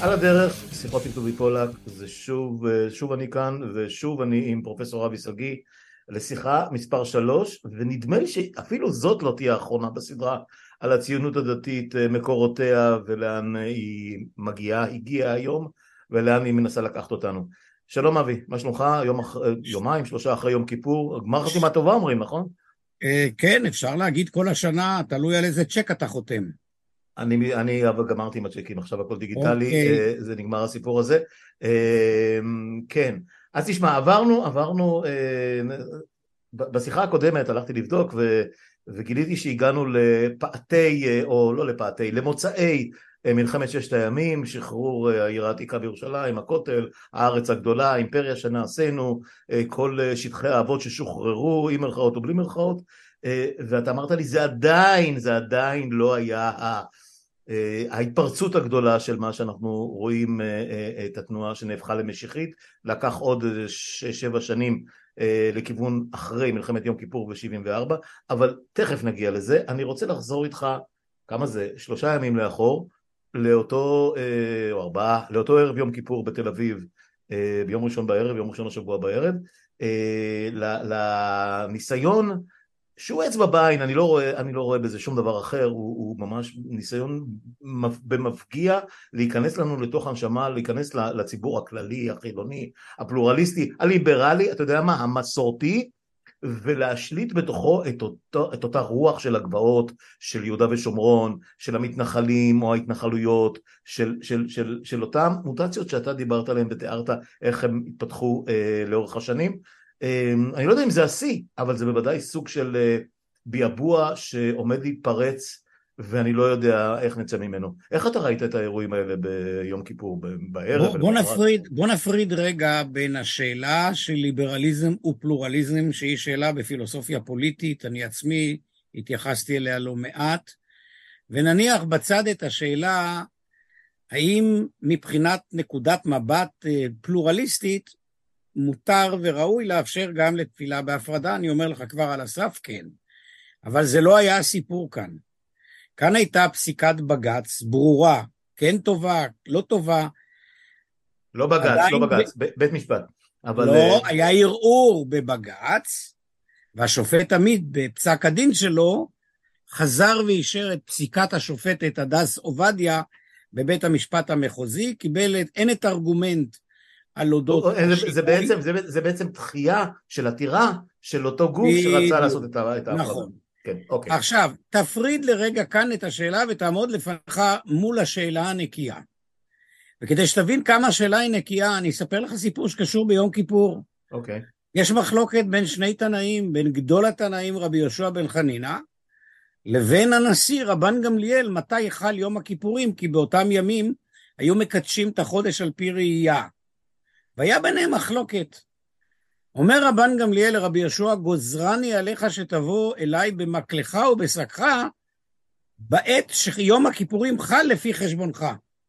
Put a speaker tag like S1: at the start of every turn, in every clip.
S1: על הדרך, שיחות עם טובי פולק, זה שוב אני כאן, ושוב אני עם פרופסור אבי שגיא, לשיחה מספר 3, ונדמה לי שאפילו זאת לא תהיה האחרונה בסדרה, על הציונות הדתית, מקורותיה, ולאן היא הגיעה היום, ולאן היא מנסה לקחת אותנו. שלום אבי, מה שלומך? יומיים, 3 אחרי יום כיפור, גמר חתימה טובה אומרים, נכון?
S2: כן, אפשר להגיד כל השנה, תלוי על איזה צ'ק אתה חותם.
S1: אני אבל גמרתי עם הצ'קים, עכשיו הכל דיגיטלי,
S2: אוקיי.
S1: זה נגמר הסיפור הזה. כן, אז תשמע, עברנו, בשיחה הקודמת הלכתי לבדוק וגיליתי שהגענו לפאתי, או לא לפאתי, למוצאי מלחמת ששת הימים, שחרור העיר העתיקה בירושלים, הכותל, הארץ הגדולה, האימפריה שנעשינו, כל שטחי האבות ששוחררו, עם מרכאות או בלי מרכאות, ואתה אמרת לי זה עדיין לא היה ההתפרצות הגדולה של מה שאנחנו רואים, את התנועה שנהפכה למשיחית, לקח עוד 6-7 שנים לכיוון אחרי מלחמת יום כיפור ב-74, אבל תכף נגיע לזה. אני רוצה לחזור איתך, כמה זה? 3 ימים לאחור, לאותו, או 4, לאותו ערב יום כיפור בתל אביב, ביום ראשון בערב, יום ראשון השבוע בערב, לניסיון, שהוא אצבע בעין, אני לא רואה בזה שום דבר אחר, הוא ממש ניסיון במפגיע להיכנס לנו לתוך הנשמה, להיכנס לציבור הכללי, החילוני, הפלורליסטי, הליברלי, אתה יודע מה, המסורתי, ולהשליט בתוכו את אותה רוח של הגבעות, של יהודה ושומרון, של המתנחלים או ההתנחלויות, של אותם מוטציות שאתה דיברת עליהן ותיארת איך הם התפתחו לאורך השנים. אני לא יודע אם זה השיא, אבל זה בוודאי סוג של ביאבוע שעומד להתפרץ, ואני לא יודע איך נצא ממנו. איך אתה ראית את האירועים האלה ביום כיפור, בערב?
S2: בוא נפריד רגע בין השאלה של ליברליזם ופלורליזם, שהיא שאלה בפילוסופיה פוליטית, אני עצמי התייחסתי אליה לא מעט, ונניח בצד את השאלה, האם מבחינת נקודת מבט פלורליסטית, מותר וראוי לאפשר גם לתפילה בהפרדה, אני אומר לך כבר על הסף, כן. אבל זה לא היה הסיפור כאן. כאן הייתה פסיקת בג"ץ ברורה, כן טובה, לא טובה.
S1: לא בג"ץ, בית משפט. אבל
S2: לא, היה ערעור בבג"ץ, והשופט עמית בפסק הדין שלו, חזר ואישר את פסיקת השופטת הדס עובדיה, בבית המשפט המחוזי, קיבל אין את ארגומנט, על אודות
S1: זה בעצם דחייה של עתירה של אותו גוף שרצה לעשות את ההפרדה.
S2: נכון.
S1: כן, אוקיי.
S2: עכשיו, תפריד לרגע כאן את השאלה ותעמוד לפניך מול השאלה הנקייה. וכדי שתבין כמה השאלה היא נקייה, אני אספר לך סיפור שקשור ביום כיפור.
S1: אוקיי.
S2: יש מחלוקת בין שני תנאים, בין גדול התנאים רבי יהושע בן חנינא, לבין הנשיא רבן גמליאל, מתי חל יום הכיפורים, כי באותם ימים היו מקדשים את החודש על פי ראייה. והיה ביניהם מחלוקת. אומר רבן גמליאל לרבי יהושע, גוזרני עליך שתבוא אליי במקלך ובשקך, בעת שיום הכיפורים חל לפי חשבונך.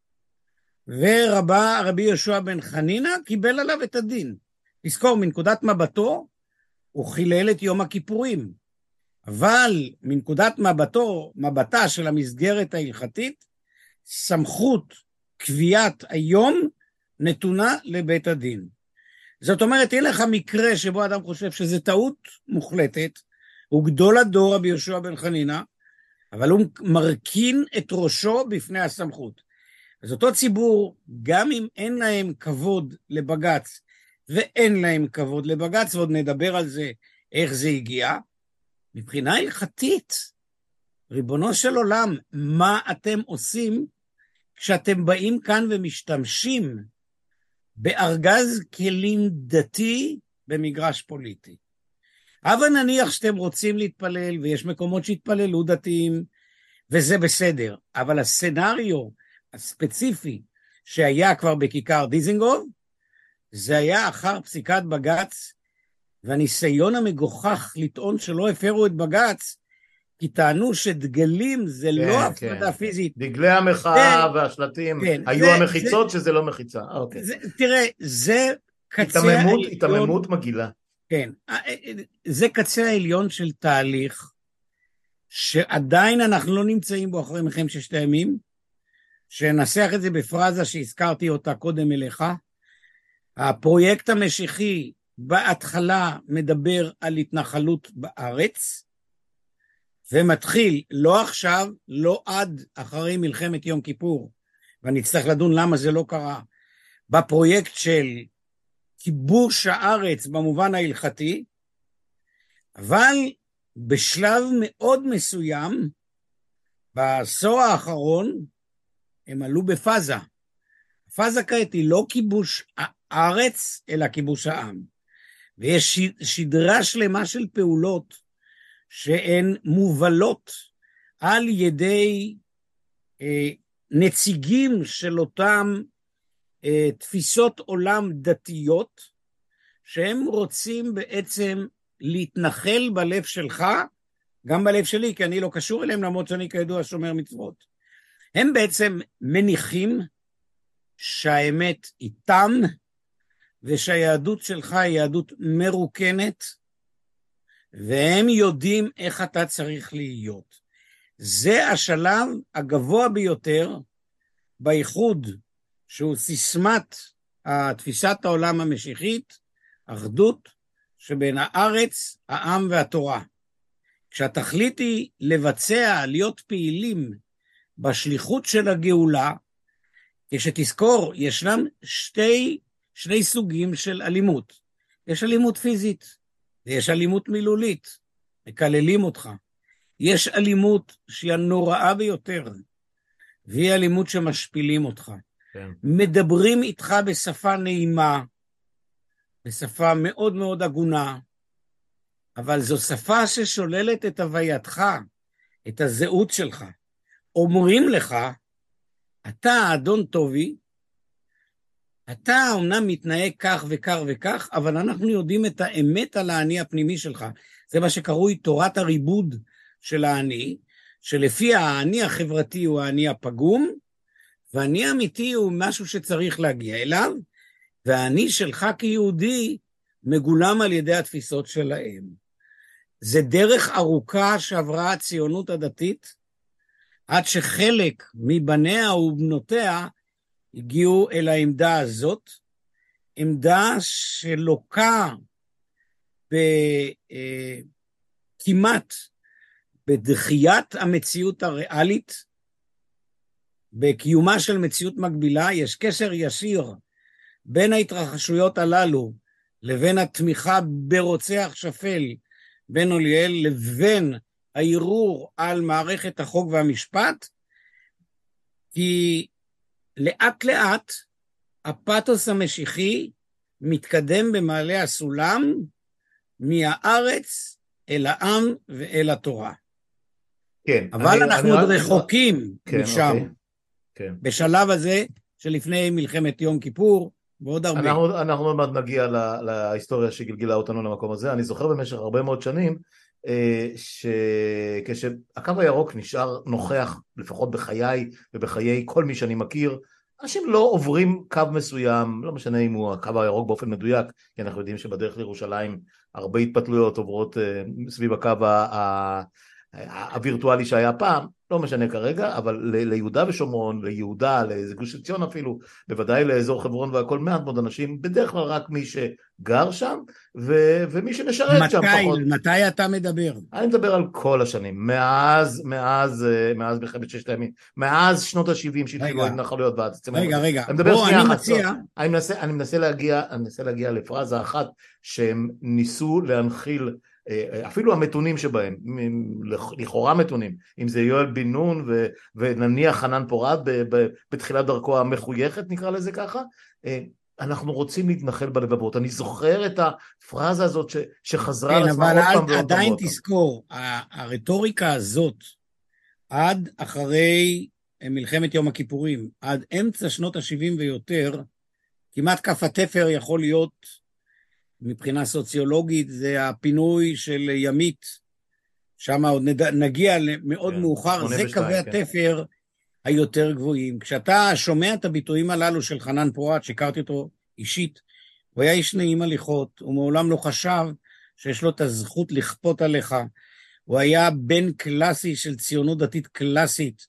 S2: רבי יהושע בן חנינא קיבל עליו את הדין. תזכור, מנקודת מבטו, הוא חילל את יום הכיפורים. אבל מנקודת מבטה של המסגרת ההלכתית, סמכות קביעת היום נתונה לבית הדין. זאת אומרת, אין לך מקרה שבו אדם חושב שזה טעות מוחלטת, הוא גדול הדור רבי יהושע בן חנינא, אבל הוא מרכין את ראשו בפני הסמכות. אז אותו ציבור, גם אם אין להם כבוד לבג"ץ, ואין להם כבוד לבג"ץ, ועוד נדבר על זה, איך זה הגיע, מבחינה הלכתית, ריבונו של עולם, מה אתם עושים כשאתם באים כאן ומשתמשים בארגז כלים דתי במגרש פוליטי? אבל נניח שאתם רוצים להתפלל, ויש מקומות שהתפללו דתיים, וזה בסדר, אבל הסצנריו הספציפי שהיה כבר בכיכר דיזנגוף, זה היה אחר פסיקת בג"ץ, והניסיון המגוחך לטעון שלא הפרו את בג"ץ, כי טענו שדגלים זה לא הפרדה פיזית.
S1: דגלי המחאה והשלטים היו המחיצות שזה לא מחיצה.
S2: תראה, זה קצה
S1: התעממות מגעילה.
S2: כן, זה קצה העליון של תהליך, שעדיין אנחנו לא נמצאים בו אחרי מלחמת ששת הימים, שנסח את זה בפרזה שהזכרתי אותה קודם אליך. הפרויקט המשיחי בהתחלה מדבר על התנחלות בארץ, ומתחיל לא עכשיו, לא עד אחרי מלחמת יום כיפור, ואני אצטרך לדון למה זה לא קרה, בפרויקט של כיבוש הארץ במובן ההלכתי, אבל בשלב מאוד מסוים, בעשור האחרון, הם עלו בפאזה. הפאזה כעת היא לא כיבוש הארץ, אלא כיבוש העם. ויש שדרה שלמה של פעולות שהן מובלות על ידי נציגים של אותם תפיסות עולם דתיות, שהם רוצים בעצם להתנחל בלב שלך, גם בלב שלי, כי אני לא קשור אליהם, למרות שאני כידוע שומר מצוות. הם בעצם מניחים שהאמת איתם, ושהיהדות שלך היא יהדות מרוקנת, והם יודעים איך אתה צריך להיות. זה השלב הגבוה ביותר בייחוד, שהוא סיסמת תפיסת העולם המשיחית, אחדות שבין הארץ, העם והתורה. כשהתכלית היא לבצע, להיות פעילים בשליחות של הגאולה, כשתזכור, ישנם שני סוגים של אלימות. יש אלימות פיזית, ויש אלימות מילולית, מקללים אותך. יש אלימות שהיא הנוראה ביותר, והיא אלימות שמשפילים אותך. כן. מדברים איתך בשפה נעימה, בשפה מאוד מאוד הגונה, אבל זו שפה ששוללת את הווייתך, את הזהות שלך. אומרים לך, אתה אדון טובי, אתה אומנם מתנהג כך וכך וכך, אבל אנחנו יודעים את האמת על האני הפנימי שלך. זה מה שקרוי תורת הריבוד של האני, שלפי האני החברתי הוא האני הפגום, והאני האמיתי הוא משהו שצריך להגיע אליו, והאני שלך כיהודי מגולם על ידי התפיסות שלהם. זה דרך ארוכה שעברה הציונות הדתית, עד שחלק מבניה ובנותיה הגיעו אל העמדה הזאת, עמדה שלוקה כמעט בדחיית המציאות הריאלית, בקיומה של מציאות מקבילה. יש קשר ישיר בין ההתרחשויות הללו לבין התמיכה ברוצח שפל בן אוליאל, לבין הערעור על מערכת החוק והמשפט, כי לאט לאט הפתוס המשיחי מתקדם במעלה הסולם מהארץ אל העם ואל התורה.
S1: כן.
S2: אבל אנחנו עוד רחוקים משם.
S1: אוקיי. כן.
S2: בשלב הזה שלפני מלחמת יום כיפור, ועוד הרבה.
S1: אנחנו עוד מעט נגיע להיסטוריה שגלגלה אותנו למקום הזה. אני זוכר במשך הרבה מאוד שנים, שכשהקו הירוק נשאר נוכח, לפחות בחיי ובחיי כל מי שאני מכיר, אנשים לא עוברים קו מסוים, לא משנה אם הוא הקו הירוק באופן מדויק, כי אנחנו יודעים שבדרך לירושלים הרבה התפתלויות עוברות סביב הקו הווירטואלי שהיה פעם, לא משנה כרגע, אבל ליהודה ושומרון, ליהודה, לגוש עציון אפילו, בוודאי לאזור חברון והכל, מעט מאוד אנשים, בדרך כלל רק מי שגר שם, ומי שמשרת שם פחות.
S2: מתי אתה מדבר?
S1: אני מדבר על כל השנים, מאז מלחמת ששת הימים, מאז שנות ה-70 שהתחילו ההתנחלויות ועד.
S2: רגע, בוא, אני מציע.
S1: אני מנסה להגיע לפרזה אחת, שהם ניסו להנחיל, אפילו המתונים שבהם, לכאורה מתונים, אם זה יואל בן נון ונניח חנן פורת בתחילת דרכו המחויכת, נקרא לזה ככה, אנחנו רוצים להתנחל בלבבות. אני זוכר את הפרזה הזאת שחזרה על עצמה עוד פעם ועוד פעם.
S2: אבל עדיין תזכור, הרטוריקה הזאת, עד אחרי מלחמת יום הכיפורים, עד אמצע שנות ה-70 ויותר, כמעט כף התפר יכול להיות, מבחינה סוציולוגית, זה הפינוי של ימית, שם עוד נגיע מאוד מאוחר, זה קווי התפר היותר גבוהים. כשאתה שומע את הביטויים הללו של חנן פורת, שהכרתי אותו אישית, הוא היה איש נעים הליכות, הוא מעולם לא חשב שיש לו את הזכות לכפות עליך, הוא היה בן קלאסי של ציונות דתית קלאסית,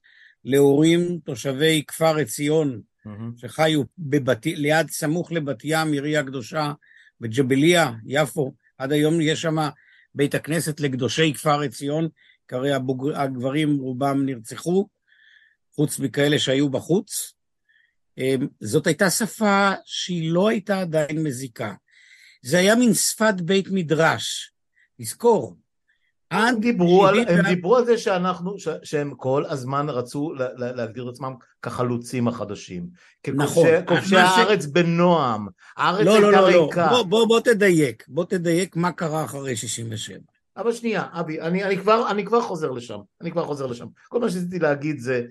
S2: להורים תושבי כפר עציון,
S1: Mm-hmm.
S2: שחיו ליד סמוך לבת ים, עירי הקדושה, בג'בליה, יפו. עד היום יש שם בית הכנסת לקדושי כפר עציון, כי הרי הגברים רובם נרצחו, חוץ מכאלה שהיו בחוץ. זאת הייתה שפה שהיא לא הייתה עדיין מזיקה. זה היה מין שפת בית מדרש. תזכור.
S1: הם דיברו על זה שהם כל הזמן רצו להגדיר את עצמם כחלוצים החדשים.
S2: נכון.
S1: כובשי הארץ בנועם. הארץ הייתה ריקה.
S2: בוא תדייק מה קרה אחרי 67.
S1: אבל שנייה, אבי, אני כבר חוזר לשם. כל מה שרציתי להגיד זה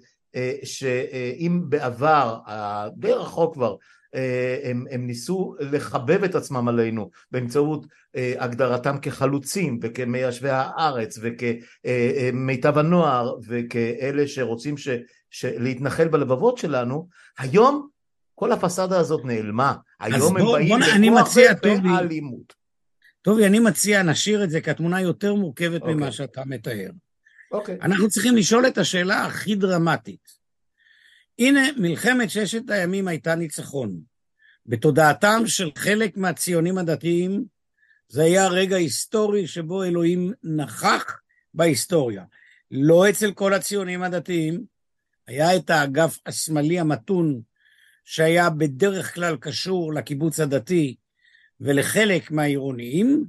S1: שאם בעבר, די רחוק כבר, הם ניסו לחבב את עצמם עלינו באמצעות הגדרתם כחלוצים וכמיישבי הארץ וכמיטב הנוער וכאלה שרוצים להתנחל בלבבות שלנו, היום כל הפסדה הזאת נעלמה. היום הם באים בכוח ובאלימות.
S2: טובי, אני מציע נשאיר את זה, כי התמונה יותר מורכבת ממה שאתה מתאר. אנחנו צריכים לשאול את השאלה הכי דרמטית. הנה, מלחמת ששת הימים הייתה ניצחון. בתודעתם של חלק מהציונים הדתיים, זה היה רגע היסטורי שבו אלוהים נכח בהיסטוריה. לא אצל כל הציונים הדתיים, היה את האגף השמאלי המתון, שהיה בדרך כלל קשור לקיבוץ הדתי, ולחלק מהעירוניים,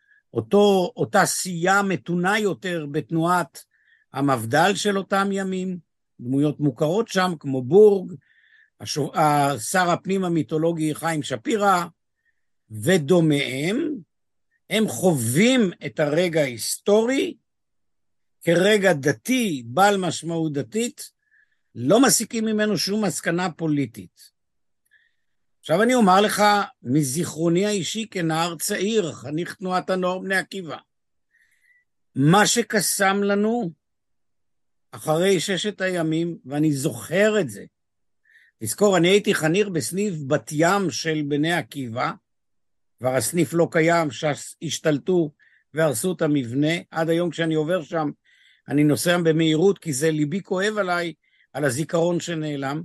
S2: אותה סייה מתונה יותר בתנועת המפד"ל של אותם ימים, דמויות מוכרות שם כמו בורג, שר הפנים המיתולוגי חיים שפירא ודומיהם, הם חווים את הרגע ההיסטורי כרגע דתי, בעל משמעות דתית, לא מסיקים ממנו שום מסקנה פוליטית. עכשיו אני אומר לך, מזיכרוני האישי כנער צעיר, חניך תנועת הנוער בני עקיבא, מה שקסם לנו אחרי ששת הימים, ואני זוכר את זה, תזכור, אני הייתי חניך בסניף בת ים של בני עקיבא, כבר הסניף לא קיים, שהשתלטו והרסו את המבנה, עד היום כשאני עובר שם, אני נוסע במהירות, כי זה ליבי כואב עליי, על הזיכרון שנעלם.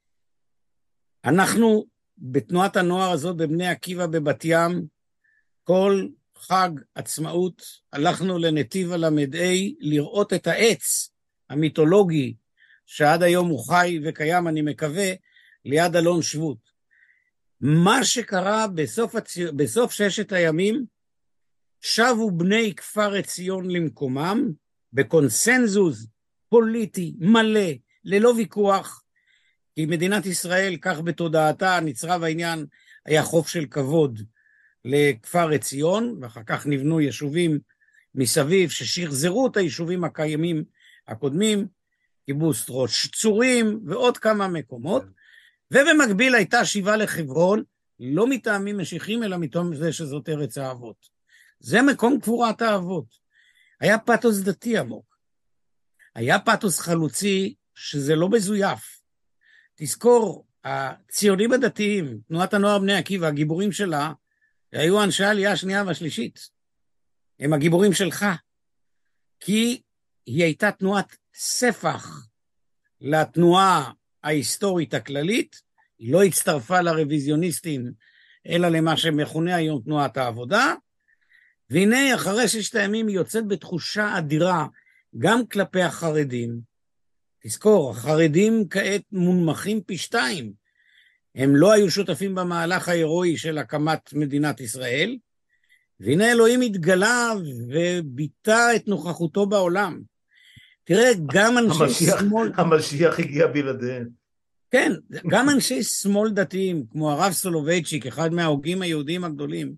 S2: אנחנו בתנועת הנוער הזאת בבני עקיבא בבת ים, כל חג עצמאות הלכנו לנתיב הל"ה לראות את העץ המיתולוגי שעד היום הוא חי וקיים, אני מקווה, ליד אלון שבות. מה שקרה בסוף ששת הימים, שבו בני כפר עציון למקומם, בקונסנזוס פוליטי מלא, ללא ויכוח, כי מדינת ישראל, כך בתודעתה, נצרב העניין, היה חוף של כבוד לכפר עציון, ואחר כך נבנו יישובים מסביב, ששחזרו את היישובים הקיימים הקודמים, קיבוץ ראש צורים ועוד כמה מקומות, ובמקביל הייתה שיבה לחברון, לא מטעמים משיחים, אלא מטעם זה שזאת ארץ האבות. זה מקום קבורת האבות. היה פתוס דתי עמוק. היה פתוס חלוצי שזה לא מזויף. תזכור, הציונים הדתיים, תנועת הנוער בני עקיבא, הגיבורים שלה, היו אנשי העלייה השנייה והשלישית. הם הגיבורים שלך. כי היא הייתה תנועת ספח לתנועה ההיסטורית הכללית, היא לא הצטרפה לרוויזיוניסטים, אלא למה שמכונה היום תנועת העבודה, והנה אחרי ששת הימים היא יוצאת בתחושה אדירה, גם כלפי החרדים. תזכור, החרדים כעת מונמכים פי 2, הם לא היו שותפים במהלך ההירואי של הקמת מדינת ישראל, והנה אלוהים התגלה וביטא את נוכחותו בעולם. תראה, גם אנשי שמאל...
S1: המשיח הגיע בלעדיהם.
S2: כן, גם אנשי שמאל דתיים, כמו הרב סולובייצ'יק, אחד מההוגים היהודים הגדולים,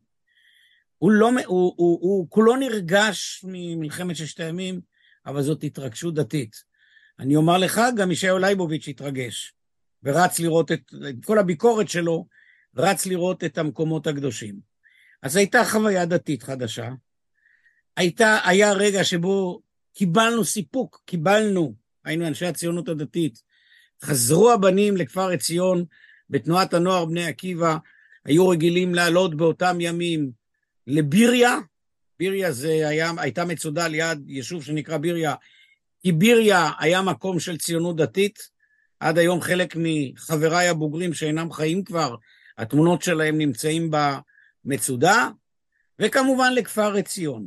S2: הוא כולו נרגש ממלחמת ששת הימים, אבל זאת התרגשות דתית. אני אומר לך, גם ישעיהו ליבוביץ' התרגש, ורץ לראות את כל הביקורת שלו, רץ לראות את המקומות הקדושים. אז הייתה חוויה דתית חדשה, היה רגע שבו קיבלנו סיפוק, היינו אנשי הציונות הדתית, חזרו הבנים לכפר עציון, בתנועת הנוער בני עקיבא, היו רגילים לעלות באותם ימים לביריה, ביריה הייתה מצודה ליד יישוב שנקרא ביריה, טיביריה היה מקום של ציונות דתית, עד היום חלק מחבריי הבוגרים שאינם חיים כבר, התמונות שלהם נמצאים במצודה, וכמובן לכפר עציון.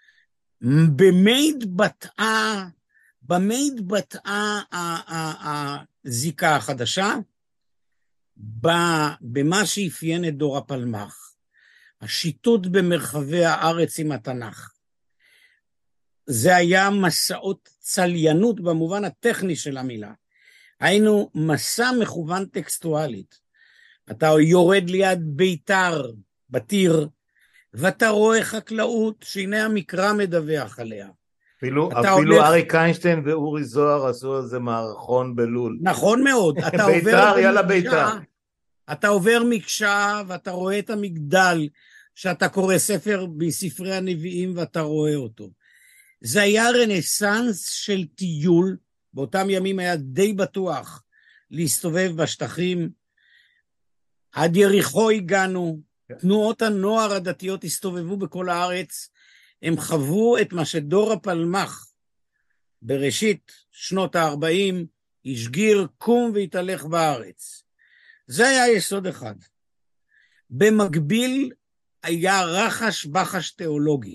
S2: במה התבטאה הזיקה החדשה? במה שאפיין את דור הפלמ"ח, השיטוט במרחבי הארץ עם התנ"ך. זה היה מסעות צליינות במובן הטכני של המילה. היינו מסע מכוון טקסטואלית. אתה יורד ליד ביתר, בתיר, ואתה רואה חקלאות שהנה המקרא מדווח עליה.
S1: אפילו אריק איינשטיין ואורי זוהר עשו על זה מערכון בלול.
S2: נכון מאוד.
S1: ביתר, יאללה ביתר.
S2: אתה עובר מקשה ואתה רואה את המגדל, שאתה קורא ספר בספרי הנביאים ואתה רואה אותו. זה היה רנסנס של טיול, באותם ימים היה די בטוח להסתובב בשטחים, עד יריחו הגענו, תנועות הנוער הדתיות הסתובבו בכל הארץ, הם חוו את מה שדור הפלמ"ח בראשית שנות ה-40 השגיר קום והתהלך בארץ. זה היה יסוד אחד. במקביל היה רחש בחש תיאולוגי,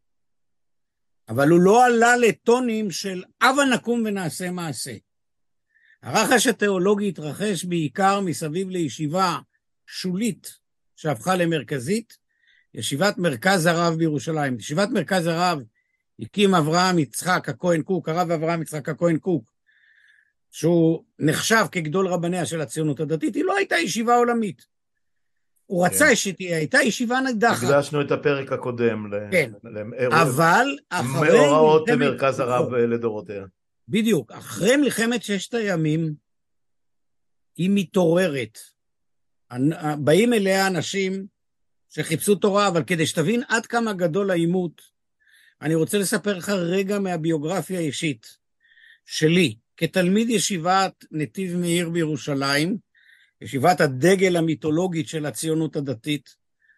S2: אבל הוא לא עלה לטונים של הבה נקום ונעשה מעשה. הרחש התיאולוגי התרחש בעיקר מסביב לישיבה שולית שהפכה למרכזית, ישיבת מרכז הרב בירושלים. ישיבת מרכז הרב הקים אברהם יצחק הכהן קוק, הרב אברהם יצחק הכהן קוק, שהוא נחשב כגדול רבניה של הציונות הדתית. היא לא הייתה ישיבה עולמית. הוא רצה שתהיה, הייתה ישיבה נדחת.
S1: הקדשנו את הפרק הקודם.
S2: כן, אבל אחרי
S1: מאורעות מרכז הרב לדורותיה.
S2: בדיוק, אחרי מלחמת ששת הימים, היא מתעוררת. באים אליה אנשים שחיפשו תורה, אבל כדי שתבין עד כמה גדול העימות, אני רוצה לספר לך רגע מהביוגרפיה האישית שלי, כתלמיד ישיבת נתיב מאיר בירושלים, ישיבת הדגל המיתולוגית של הציונות הדתית,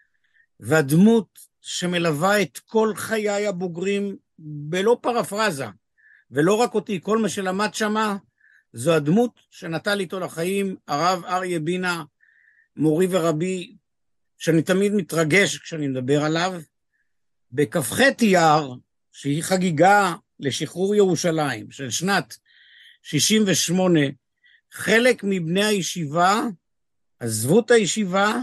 S2: והדמות שמלווה את כל חיי הבוגרים בלא פרפרזה, ולא רק אותי, כל מה שלמד שמה, זו הדמות שנטל איתו לחיים, הרב אריה בינה, מורי ורבי, שאני תמיד מתרגש כשאני מדבר עליו, בכ"ח אייר, שהיא חגיגה לשחרור ירושלים, של שנת 68, חלק מבני הישיבה עזבו את הישיבה,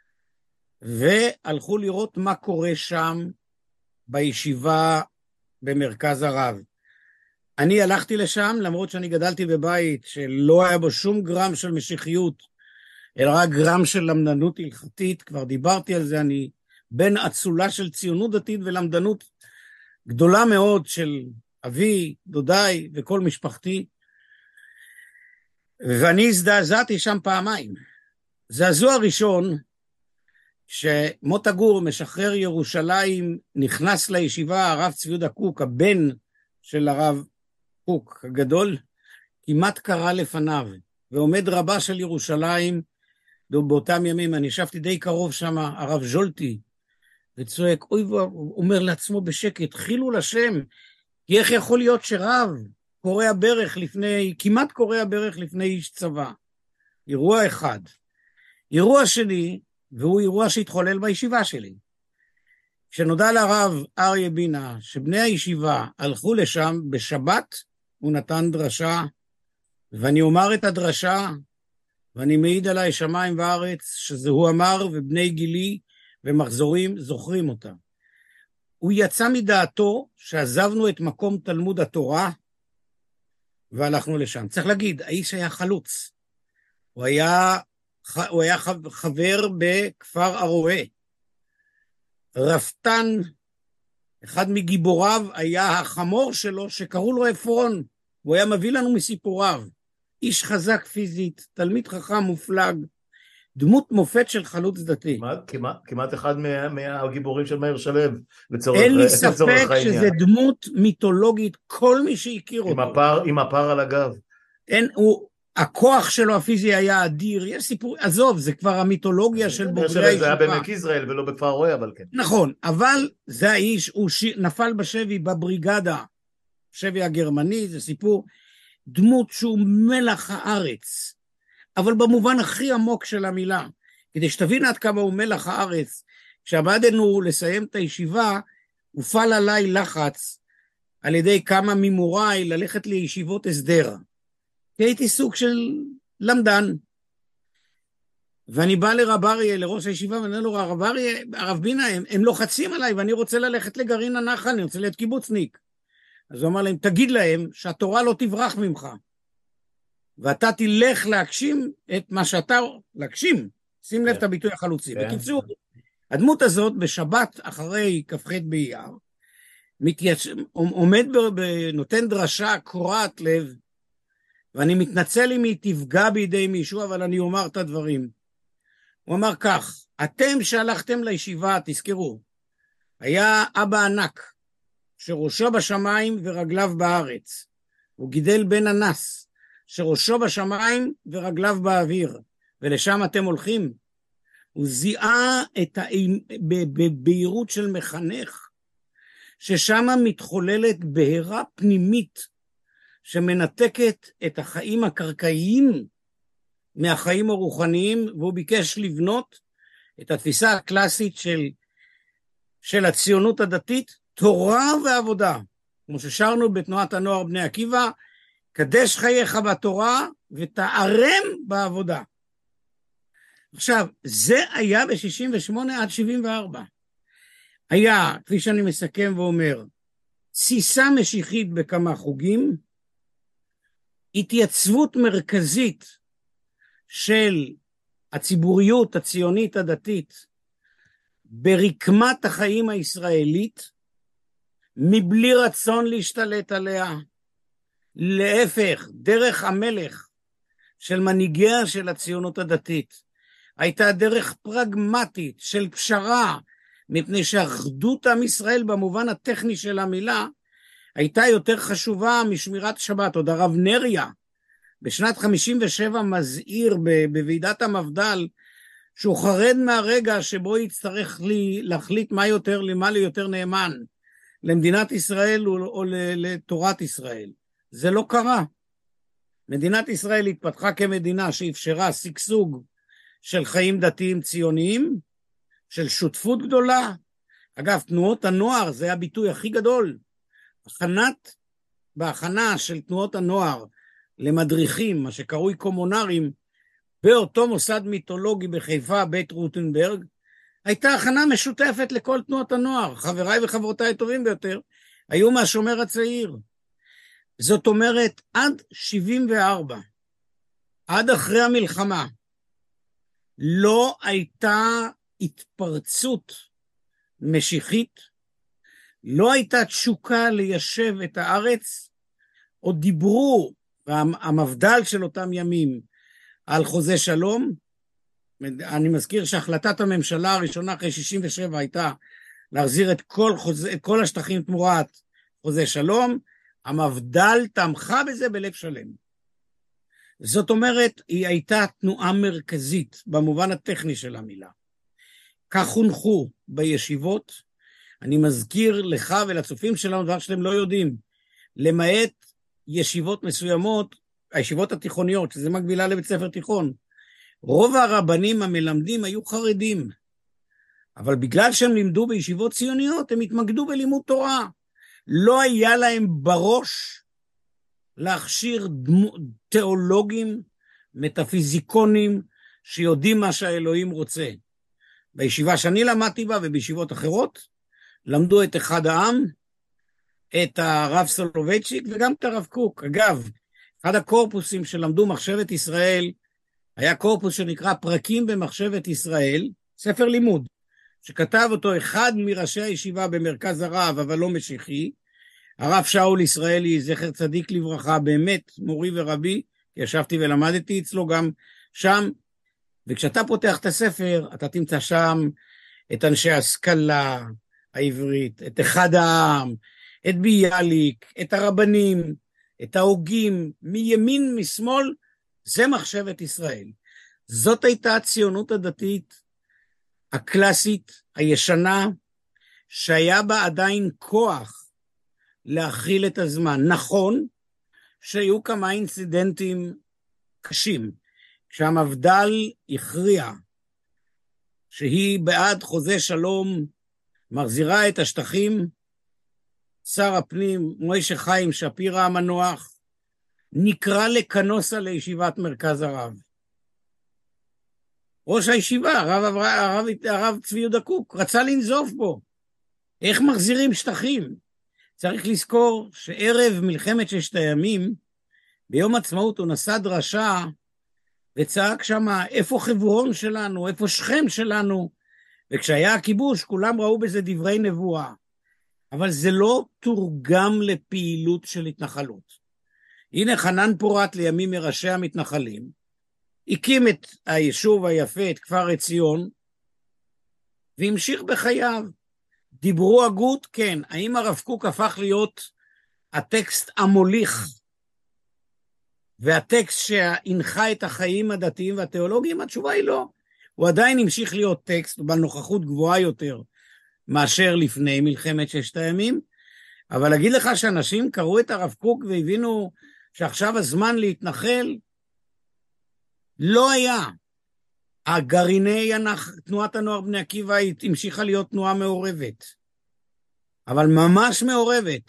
S2: והלכו לראות מה קורה שם בישיבה במרכז הרב. אני הלכתי לשם, למרות שאני גדלתי בבית שלא היה בו שום גרם של משיחיות, אלא רק גרם של למדנות הלכתית, כבר דיברתי על זה, אני בן אצולה של ציונות דתית ולמדנות גדולה מאוד של אבי, דודיי וכל משפחתי, ואני הזדעזעתי שם פעמיים. זעזוע ראשון, שמוטה גור, משחרר ירושלים, נכנס לישיבה, הרב צבי יהודה קוק, הבן של הרב קוק הגדול, כמעט קרא לפניו, ועומד רבה של ירושלים, באותם ימים, אני ישבתי די קרוב שם, הרב ז'ולטי, וצועק, אוי, הוא אומר לעצמו בשקט, חילול השם, כי איך יכול להיות שרב קורע ברך לפני, כמעט קורע ברך לפני איש צבא? אירוע אחד. אירוע שני, והוא אירוע שהתחולל בישיבה שלי. כשנודע לרב אריה בינה, שבני הישיבה הלכו לשם בשבת, הוא נתן דרשה, ואני אומר את הדרשה, ואני מעיד עליי שמיים וארץ, שזה הוא אמר, ובני גילי ומחזורים זוכרים אותה. הוא יצא מדעתו שעזבנו את מקום תלמוד התורה, והלכנו לשם. צריך להגיד, האיש היה חלוץ. הוא היה חבר בכפר הרועה. רפתן, אחד מגיבוריו, היה החמור שלו, שקראו לו אפרון. הוא היה מביא לנו מסיפוריו. איש חזק פיזית, תלמיד חכם מופלג, דמות מופת של חלוץ דתי.
S1: כמעט אחד מהגיבורים של מאיר שלו, לצורך
S2: העניין. אין לי
S1: ספק
S2: שזה דמות מיתולוגית, כל מי שהכיר אותו.
S1: עם הפר על הגב.
S2: הכוח שלו הפיזי היה אדיר, יש סיפור, עזוב, זה כבר המיתולוגיה של בוגרי הישיבה.
S1: זה היה בעמק יזרעאל ולא בכפר הרועה, אבל כן.
S2: נכון, אבל זה האיש, הוא נפל בשבי בבריגדה שבי הגרמני, זה סיפור דמות שהוא מלח הארץ, אבל במובן הכי עמוק של המילה, כדי שתבין עד כמה הוא מלח הארץ. כשעמדנו לסיים את הישיבה, הופעל עליי לחץ על ידי כמה ממוריי ללכת לישיבות הסדר, כי הייתי סוג של למדן. ואני בא לרב אריה, לראש הישיבה, ואני אומר לו, הרב אריה, הרב בינה, הם לוחצים עליי, ואני רוצה ללכת לגרעין הנחל, אני רוצה להיות קיבוצניק. אז הוא אמר להם, תגיד להם שהתורה לא תברח ממך, ואתה תלך להגשים את מה שאתה, להגשים, שים לב את הביטוי החלוצי. בקיצור, הדמות הזאת בשבת אחרי כ"ח באייר, עומד נותן דרשה קורעת לב, ואני מתנצל אם היא תפגע בידי מישהו, אבל אני אומר את הדברים. הוא אמר כך, אתם שהלכתם לישיבה, תזכרו, היה אבא ענק, שראשו בשמיים ורגליו בארץ. הוא גידל בן אנס, שראשו בשמיים ורגליו באוויר, ולשם אתם הולכים. הוא זיהה בבהירות של מחנך, ששם מתחוללת בהירה פנימית, שמנתקת את החיים הקרקעיים מהחיים הרוחניים, והוא ביקש לבנות את התפיסה הקלאסית של הציונות הדתית, תורה ועבודה. כמו ששרנו בתנועת הנוער בני עקיבא, קדש חייך בתורה ותערם בעבודה. עכשיו, זה היה ב-68 עד 74. היה, כפי שאני מסכם ואומר, תסיסה משיחית בכמה חוגים, התייצבות מרכזית של הציבוריות הציונית הדתית ברקמת החיים הישראלית, מבלי רצון להשתלט עליה, להפך, דרך המלך של מנהיגיה של הציונות הדתית, הייתה דרך פרגמטית של פשרה, מפני שאחדות עם ישראל במובן הטכני של המילה, הייתה יותר חשובה משמירת שבת. עוד הרב נריה, בשנת 57 מזהיר בוועידת המפד"ל, שהוא חרד מהרגע שבו יצטרך להחליט מה ליותר נאמן, למדינת ישראל או לתורת ישראל. זה לא קרה. מדינת ישראל התפתחה כמדינה שאפשרה שגשוג של חיים דתיים ציוניים, של שותפות גדולה. אגב, תנועות הנוער זה הביטוי הכי גדול. בהכנה של תנועות הנוער למדריכים, מה שקרוי קומונרים, באותו מוסד מיתולוגי בחיפה, בית רוטנברג, הייתה הכנה משותפת לכל תנועות הנוער. חבריי וחברותיי הטובים ביותר היו מהשומר הצעיר. זאת אומרת, עד 74, עד אחרי המלחמה, לא הייתה התפרצות משיחית, לא הייתה תשוקה ליישב את הארץ, או דיברו, המפד"ל של אותם ימים, על חוזה שלום. אני מזכיר שהחלטת הממשלה הראשונה אחרי 67 הייתה להחזיר את כל השטחים תמורת חוזה שלום. המפד"ל תמכה בזה בלב שלם. זאת אומרת, היא הייתה תנועה מרכזית במובן הטכני של המילה. כך חונכו בישיבות. אני מזכיר לך ולצופים שלנו דבר שאתם לא יודעים, למעט ישיבות מסוימות, הישיבות התיכוניות, שזה מקבילה לבית ספר תיכון, רוב הרבנים המלמדים היו חרדים, אבל בגלל שהם לימדו בישיבות ציוניות, הם התמקדו בלימוד תורה. לא היה להם בראש להכשיר תיאולוגים, מטאפיזיקונים, שיודעים מה שהאלוהים רוצה. בישיבה שאני למדתי בה ובישיבות אחרות, למדו את אחד העם, את הרב סולובייצ'יק וגם את הרב קוק. אגב, אחד הקורפוסים שלמדו מחשבת ישראל, היה קורפוס שנקרא פרקים במחשבת ישראל, ספר לימוד, שכתב אותו אחד מראשי הישיבה במרכז הרב, אבל לא משיחי, הרב שאול ישראלי, זכר צדיק לברכה, באמת מורי ורבי, ישבתי ולמדתי אצלו גם שם, וכשאתה פותח את הספר, אתה תמצא שם את אנשי ההשכלה העברית, את אחד העם, את ביאליק, את הרבנים, את ההוגים, מימין, משמאל, זה מחשבת ישראל. זאת הייתה הציונות הדתית הקלאסית, הישנה, שהיה בה עדיין כוח להכיל את הזמן. נכון שהיו כמה אינצידנטים קשים, כשהמפד"ל הכריע שהיא בעד חוזה שלום, מחזירה את השטחים, שר הפנים מוישה חיים שפירא המנוח נקרא לכנוסה לישיבת מרכז הרב. ראש הישיבה, הרב צבי יהודה קוק, רצה לנזוף בו. איך מחזירים שטחים? צריך לזכור שערב מלחמת ששת הימים, ביום עצמאות הוא נשא דרשה, וצעק שם, איפה חברון שלנו, איפה שכם שלנו, וכשהיה הכיבוש, כולם ראו בזה דברי נבואה. אבל זה לא תורגם לפעילות של התנחלות. הנה חנן פורת לימים מראשי המתנחלים, הקים את היישוב היפה, את כפר עציון, והמשיך בחייו. דיברו הגות, כן. האם הרב קוק הפך להיות הטקסט המוליך, והטקסט שהנחה את החיים הדתיים והתיאולוגיים? התשובה היא לא. הוא עדיין המשיך להיות טקסט, בנוכחות גבוהה יותר, מאשר לפני מלחמת ששת הימים, אבל להגיד לך שאנשים קראו את הרב קוק והבינו שעכשיו הזמן להתנחל, לא היה. הגרעיני תנועת הנוער בני עקיבא המשיכה להיות תנועה מעורבת, אבל ממש מעורבת.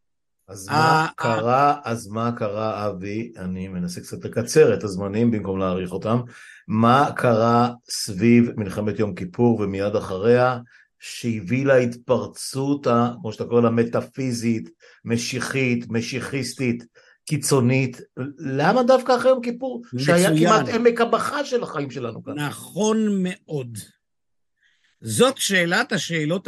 S1: אז מה קרה, אבי? אני מנסה קצת לקצר את הזמנים במקום להאריך אותם. מה קרה סביב מלחמת יום כיפור ומיד אחריה, שהביא להתפרצות, כמו שאתה קורא לה, מטאפיזית, משיחית, משיחיסטית, קיצונית? למה דווקא אחרי יום כיפור, שהיה כמעט עמק הבכה של החיים שלנו כאן?
S2: נכון מאוד. זאת שאלת השאלות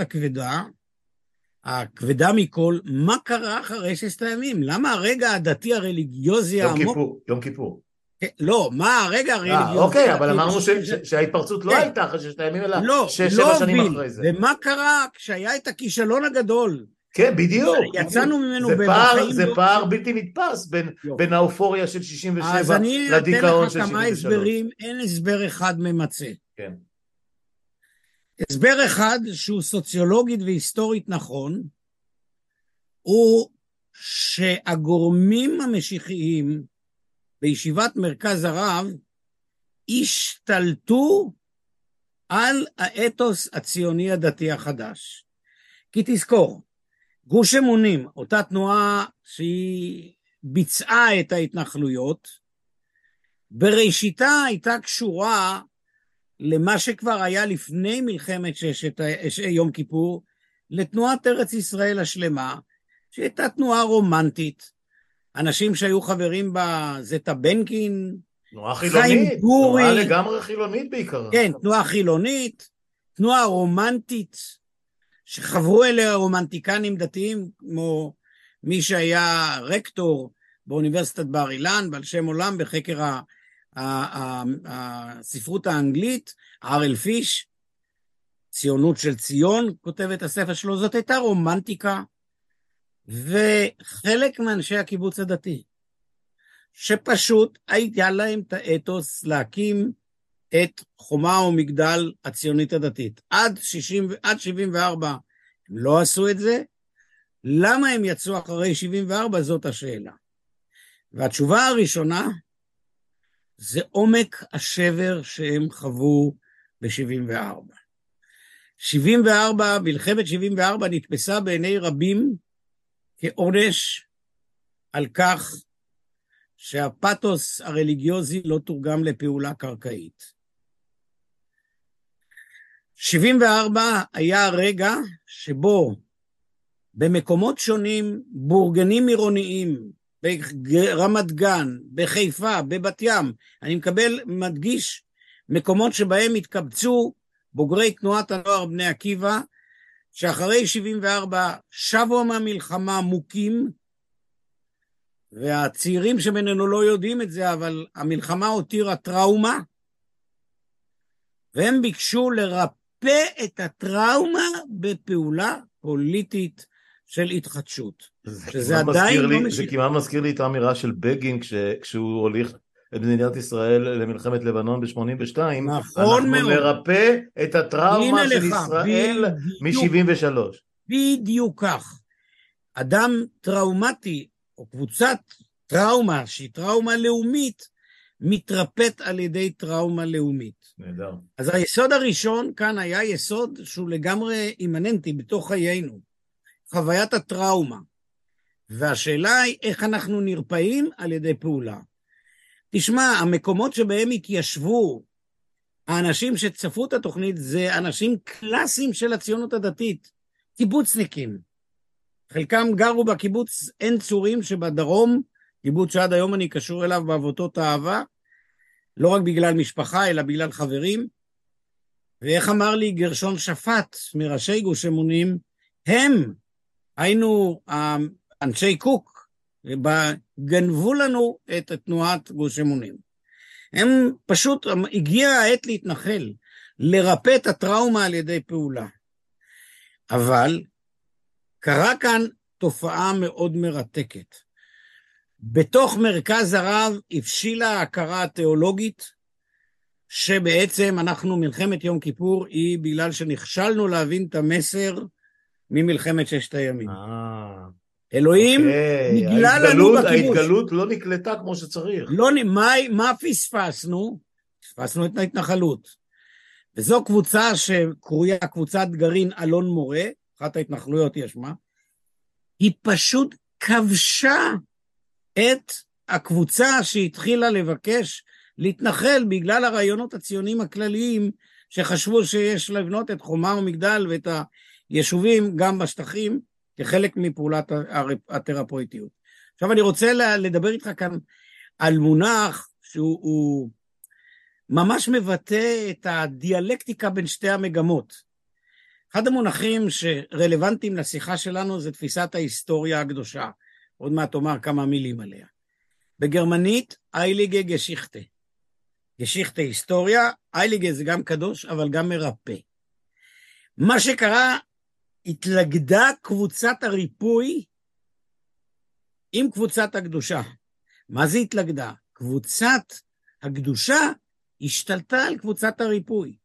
S2: הכבדה מכל, מה קרה אחרי ששת הימים? למה הרגע הדתי הרליגיוזי העמוק?
S1: יום כיפור.
S2: לא, מה הרגע הרליגיוזי?
S1: אוקיי, אבל אמרנו שההתפרצות לא הייתה אחרי ששת הימים, אלא 6-7 שנים אחרי זה.
S2: ומה קרה כשהיה את הכישלון הגדול?
S1: כן, בדיוק.
S2: יצאנו ממנו
S1: בחיים. זה פער בלתי נתפס בין האופוריה של 67 לדיכאון של 73. אז אני אתן לך כמה
S2: הסברים, אין הסבר אחד ממצא.
S1: כן.
S2: הסבר אחד שהוא סוציולוגית והיסטורית נכון, הוא שהגורמים המשיחיים בישיבת מרכז הרב השתלטו על האתוס הציוני הדתי החדש. כי תזכור, גוש אמונים, אותה תנועה שהיא ביצעה את ההתנחלויות, בראשיתה הייתה קשורה למה שכבר היה לפני מלחמת יום כיפור, לתנועת ארץ ישראל השלמה, שהייתה תנועה רומנטית. אנשים שהיו חברים בה, זטה בנקין,
S1: תנועה חילונית, תנועה לגמרי חילונית בעיקר.
S2: כן, תנועה חילונית, תנועה רומנטית, שחברו אליה רומנטיקנים דתיים, כמו מי שהיה רקטור באוניברסיטת בר אילן, בעל שם עולם בחקר הספרות האנגלית, ארל פיש, ציונות של ציון, כותב את הספר שלו. זאת הייתה רומנטיקה, וחלק מאנשי הקיבוץ הדתי, שפשוט היה להם את האתוס להקים את חומה ומגדל הציונית הדתית. עד 74 הם לא עשו את זה. למה הם יצאו אחרי 74? זאת השאלה. והתשובה הראשונה, זה עומק השבר שהם חוו ב-74. 74, מלחמת 74 נתפסה בעיני רבים כעונש על כך שהפתוס הרליגיוזי לא תורגם לפעולה קרקעית. 74 היה הרגע שבו במקומות שונים, בורגנים עירוניים, ברמת גן, בחיפה, בבת ים, אני מדגיש מקומות שבהם התקבצו בוגרי תנועת הנוער בני עקיבא, שאחרי 74 שבו מהמלחמה מוכים, והצעירים שבינינו לא יודעים את זה, אבל המלחמה הותירה טראומה, והם ביקשו לרפא את הטראומה בפעולה פוליטית של התחדשות.
S1: זה כמעט מזכיר לי את האמירה של בגין, כשהוא הוליך את מדינת ישראל למלחמת לבנון ב-82, אנחנו נרפא את הטראומה של ישראל מ-73.
S2: בדיוק כך. אדם טראומטי, או קבוצת טראומה, שהיא טראומה לאומית, מתרפאת על ידי טראומה לאומית.
S1: נהדר.
S2: אז היסוד הראשון כאן היה יסוד שהוא לגמרי אימננטי בתוך חיינו, חוויית הטראומה. והשאלה היא איך אנחנו נרפאים על ידי פעולה. תשמע, המקומות שבהם התיישבו האנשים שצפו את התוכנית זה אנשים קלאסיים של הציונות הדתית, קיבוצניקים. חלקם גרו בקיבוץ עין צורים שבדרום, קיבוץ שעד היום אני קשור אליו בעבותות האהבה, לא רק בגלל משפחה אלא בגלל חברים. ואיך אמר לי גרשון שפט מראשי גוש אמונים, הם, היינו אנשי קוק, גנבו לנו את תנועת גוש אמונים. הם פשוט, הגיעה העת להתנחל, לרפא את הטראומה על ידי פעולה. אבל קרה כאן תופעה מאוד מרתקת. בתוך מרכז הרב הבשילה ההכרה התיאולוגית, שבעצם אנחנו, מלחמת יום כיפור, היא בגלל שנכשלנו להבין את המסר ממלחמת ששת הימים. אלוהים נגלה לנו בכיבוש.
S1: ההתגלות לא נקלטה כמו שצריך.
S2: לא, מה פספסנו? פספסנו את ההתנחלות. וזו קבוצה שקרויה קבוצת גרעין אלון מורה, אחת ההתנחלויות יש מה, היא פשוט כבשה את הקבוצה שהתחילה לבקש להתנחל בגלל הרעיונות הציוניים הכלליים שחשבו שיש לבנות את חומה ומגדל ואת היישובים גם בשטחים כחלק מפעולת התרפויטיות. עכשיו אני רוצה לדבר איתך כאן על מונח שהוא ממש מבטא את הדיאלקטיקה בין שתי המגמות. אחד המונחים שרלוונטיים לשיחה שלנו זה תפיסת ההיסטוריה הקדושה. עוד מעט אומר כמה מילים עליה. בגרמנית, אייליגה גשיכטה. גשיכטה היסטוריה, אייליגה זה גם קדוש, אבל גם מרפא. מה שקרה, התלגדה קבוצת הריפוי עם קבוצת הקדושה. מה זה התלגדה? קבוצת הקדושה השתלטה על קבוצת הריפוי.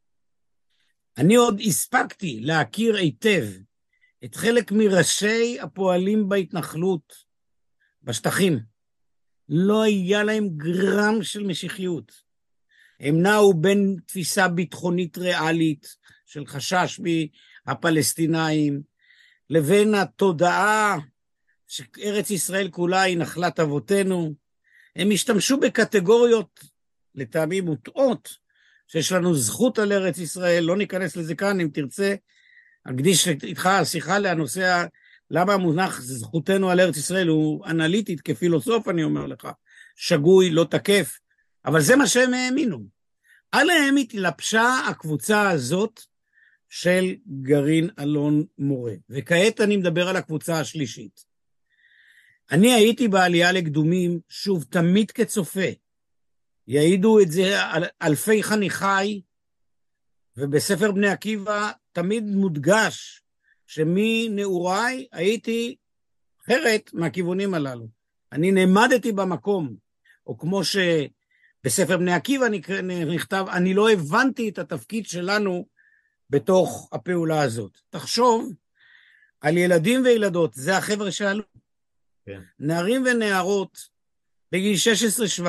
S2: אני עוד הספקתי להכיר היטב את חלק מראשי הפועלים בהתנחלות, בשטחים. לא היה להם גרם של משיחיות. הם נעו בין תפיסה ביטחונית ריאלית של חשש מהפלסטינאים, לבין התודעה שארץ ישראל כולה היא נחלת אבותינו. הם השתמשו בקטגוריות לטעמים מוטעות, שיש לנו זכות על ארץ ישראל, לא ניכנס לזה כאן, אם תרצה, אקדיש איתך שיחה לנושא, למה המונח זכותנו על ארץ ישראל הוא אנליטית כפילוסוף, אני אומר לך, שגוי, לא תקף, אבל זה מה שהם האמינו. עליהם התלבשה הקבוצה הזאת של גרעין אלון מורה, וכעת אני מדבר על הקבוצה השלישית. אני הייתי בעלייה לקדומים, שוב, תמיד כצופה, יעידו את זה אלפי חניכי, ובספר בני עקיבא תמיד מודגש שמנעוריי הייתי אחרת מהכיוונים הללו. אני נעמדתי במקום, או כמו שבספר בני עקיבא נכתב, אני לא הבנתי את התפקיד שלנו בתוך הפעולה הזאת. תחשוב על ילדים וילדות, זה החבר'ה שעלו. כן. נערים ונערות בגיל 16-17,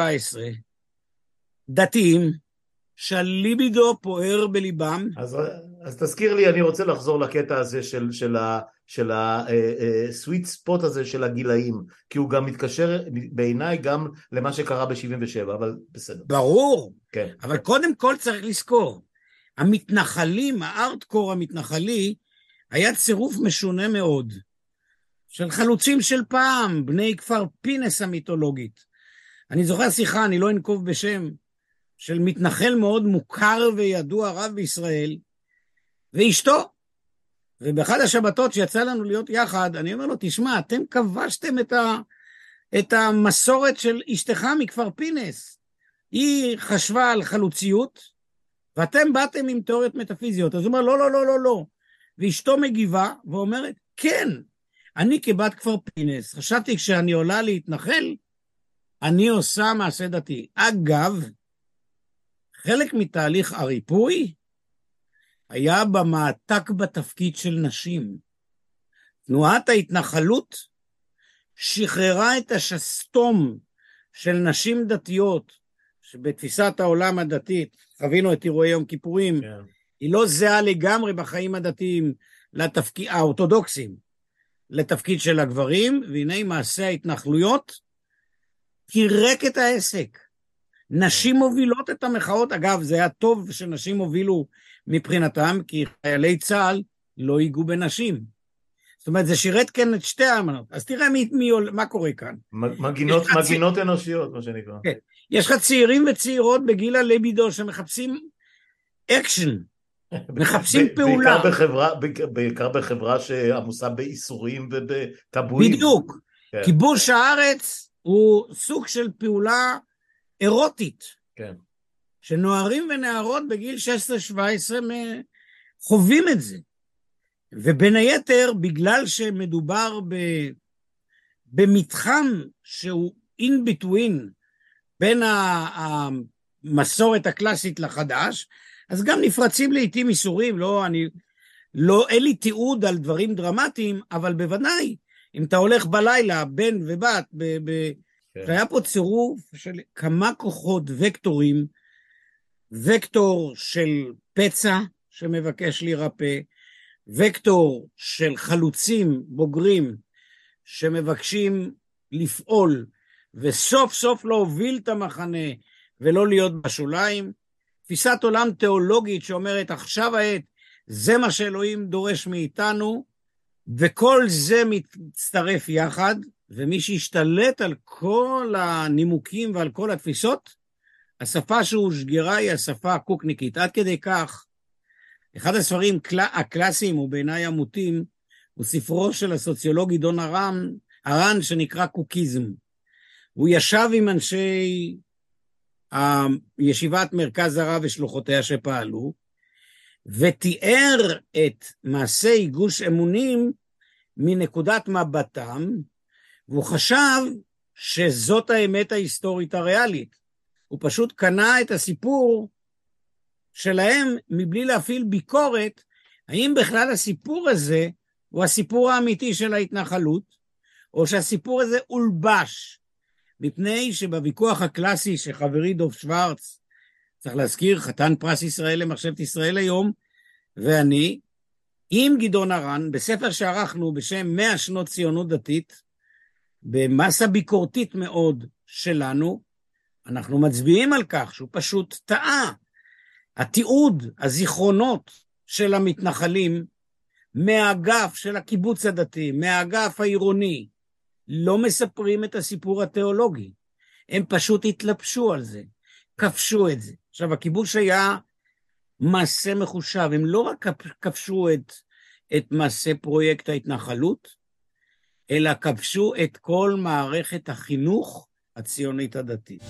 S2: דתיים, שהליבידו פוער בליבם.
S1: אז תזכיר לי, אני רוצה לחזור לקטע הזה של הסוויט ספוט הזה של הגילאים, כי הוא גם מתקשר בעיניי גם למה שקרה ב-77, אבל בסדר.
S2: ברור,
S1: כן.
S2: אבל קודם כל צריך לזכור, המתנחלים, הארטקור המתנחלי, היה צירוף משונה מאוד, של חלוצים של פעם, בני כפר פינס המיתולוגית. אני זוכר שיחה, אני לא אנקוב בשם, של מתנחל מאוד מוכר וידוע רב בישראל, ואשתו. ובאחד השבתות שיצא לנו להיות יחד, אני אומר לו, תשמע, אתם כבשתם את המסורת של אשתך מכפר פינס. היא חשבה על חלוציות, ואתם באתם עם תיאוריות מטאפיזיות. אז הוא אומר, לא, לא, לא, לא, לא. ואשתו מגיבה ואומרת, כן, אני כבת כפר פינס, חשבתי כשאני עולה להתנחל, אני עושה מעשה דתי. אגב, חלק מתהליך הריפוי היה במעתק בתפקיד של נשים. תנועת ההתנחלות שחררה את השסתום של נשים דתיות, שבתפיסת העולם הדתית, חווינו את אירועי יום כיפורים, היא לא זהה לגמרי בחיים הדתיים האורתודוקסיים, לתפקיד של הגברים, והנה מעשה ההתנחלויות פירק את העסק. נשים מובילות את המחאות, אגב, זה היה טוב שנשים הובילו מבחינתם, כי חיילי צה"ל לא ייגעו בנשים. זאת אומרת, זה שירת כן את שתי האמנות. אז תראה מה קורה כאן.
S1: מגינות אנושיות, מה שנקרא.
S2: כן. יש לך צעירים וצעירות בגיל הלבידו שמחפשים אקשן, מחפשים פעולה.
S1: בעיקר בחברה שעמוסה באיסורים ובטבועים.
S2: בדיוק. כן. כיבוש הארץ הוא סוג של פעולה אירוטית.
S1: כן.
S2: שנוערים ונערות בגיל 16-17 חווים את זה. ובין היתר, בגלל שמדובר במתחם שהוא in between בין המסורת הקלאסית לחדש, אז גם נפרצים לעתים איסורים, אין לי תיעוד על דברים דרמטיים, אבל בוודאי, אם אתה הולך בלילה, בן ובת, היה פה צירוף של כמה כוחות וקטורים, וקטור של פצע שמבקש להירפא, וקטור של חלוצים בוגרים שמבקשים לפעול, וסוף סוף להוביל את המחנה ולא להיות בשוליים, תפיסת עולם תיאולוגית שאומרת עכשיו העת, זה מה שאלוהים דורש מאיתנו, וכל זה מצטרף יחד, ומי שישתלט על כל הנימוקים ועל כל התפיסות, השפה שהושגרה היא השפה הקוקניקית. עד כדי כך, אחד הספרים הקלאסיים ובעיניי עמותים, הוא ספרו של הסוציולוג עידון הרן שנקרא קוקיזם. הוא ישב עם אנשי ישיבת מרכז הרב ושלוחותיה שפעלו, ותיאר את מעשי גוש אמונים מנקודת מבטם, והוא חשב שזאת האמת ההיסטורית הריאלית. הוא פשוט קנה את הסיפור שלהם מבלי להפעיל ביקורת, האם בכלל הסיפור הזה הוא הסיפור האמיתי של ההתנחלות, או שהסיפור הזה הולבש, מפני שבוויכוח הקלאסי שחברי דוב שוורץ, צריך להזכיר, חתן פרס ישראל למחשבת ישראל היום, ואני, עם גדעון הרן, בספר שערכנו בשם 100 שנות ציונות דתית, במסה ביקורתית מאוד שלנו, אנחנו מצביעים על כך שהוא פשוט טעה. התיעוד, הזיכרונות של המתנחלים, מהאגף של הקיבוץ הדתי, מהאגף העירוני, לא מספרים את הסיפור התיאולוגי. הם פשוט התלבשו על זה, כבשו את זה. עכשיו, הכיבוש היה מעשה מחושב, הם לא רק כבשו את מעשה פרויקט ההתנחלות, אלא כבשו את כל מערכת החינוך הציונית הדתית.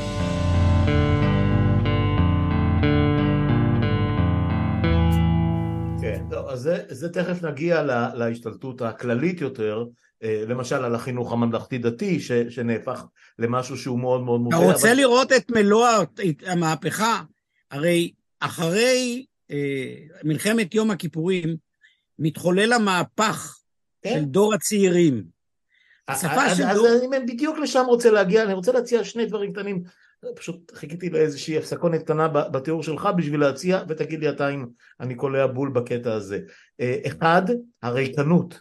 S1: כן, אז זה תכף נגיע להשתלטות הכללית יותר, למשל על החינוך הממלכתי דתי, שנהפך למשהו שהוא מאוד מאוד מוטה.
S2: אתה רוצה לראות את מלוא המהפכה, הרי אחרי מלחמת יום הכיפורים, מתחולל המהפך של דור הצעירים.
S1: אז אני בדיוק לשם רוצה להגיע, אני רוצה להציע שני דברים קטנים, פשוט חיכיתי לאיזושהי הפסקונת קטנה בתיאור שלך בשביל להציע, ותגיד לי אתה אם אני קולע בול בקטע הזה. אחד, הריקנות,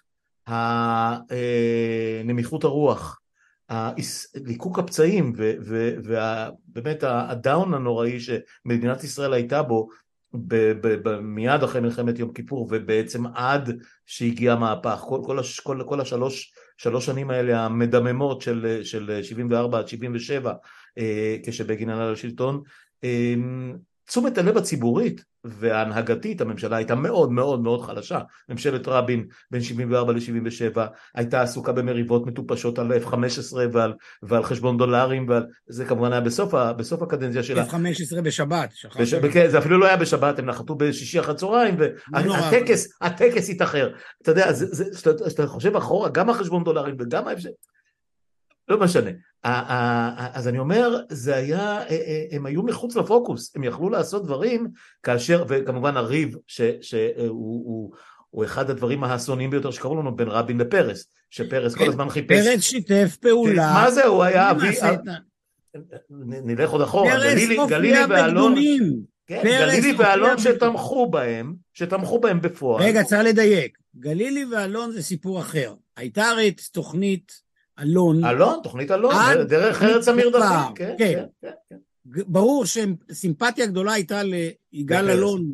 S1: הנמיכות הרוח, ליקוק הפצעים, ובאמת הדאון הנוראי שמדינת ישראל הייתה בו, מיד אחרי מלחמת יום כיפור, ובעצם עד שהגיע המהפך, כל שלוש שנים האלה המדממות של 74 עד 77, כשבגין עלה לשלטון, תשומת הלב הציבורית וההנהגתית, הממשלה הייתה מאוד מאוד מאוד חלשה. ממשלת רבין בין 74 ל-77 הייתה עסוקה במריבות מטופשות על F-15 ועל חשבון דולרים, זה כמובן היה בסוף הקדנציה שלה.
S2: F-15 בשבת.
S1: זה אפילו לא היה בשבת, הם נחתו בשישי אחר צהריים, והטקס התאחר. אתה יודע, אתה חושב אחורה, גם החשבון דולרים וגם לא משנה. אז אני אומר, זה היה, הם היו מחוץ לפוקוס, הם יכלו לעשות דברים כאשר, וכמובן הריב שהוא הוא אחד הדברים האסוניים ביותר שקראו לנו בין רבין לפרס, שפרס כל הזמן חיפש.
S2: פרס שיתף פעולה.
S1: מה זה, הוא היה אבי... נלך עוד אחורה, גלילי ואלון, גלילי ואלון שתמכו בהם בפועל.
S2: רגע, צריך לדייק, גלילי ואלון זה סיפור אחר. הייתה הרי תוכנית אלון,
S1: תוכנית אלון, דרך ארץ המרדפים, כן.
S2: ברור שסימפתיה גדולה הייתה ליגאל אלון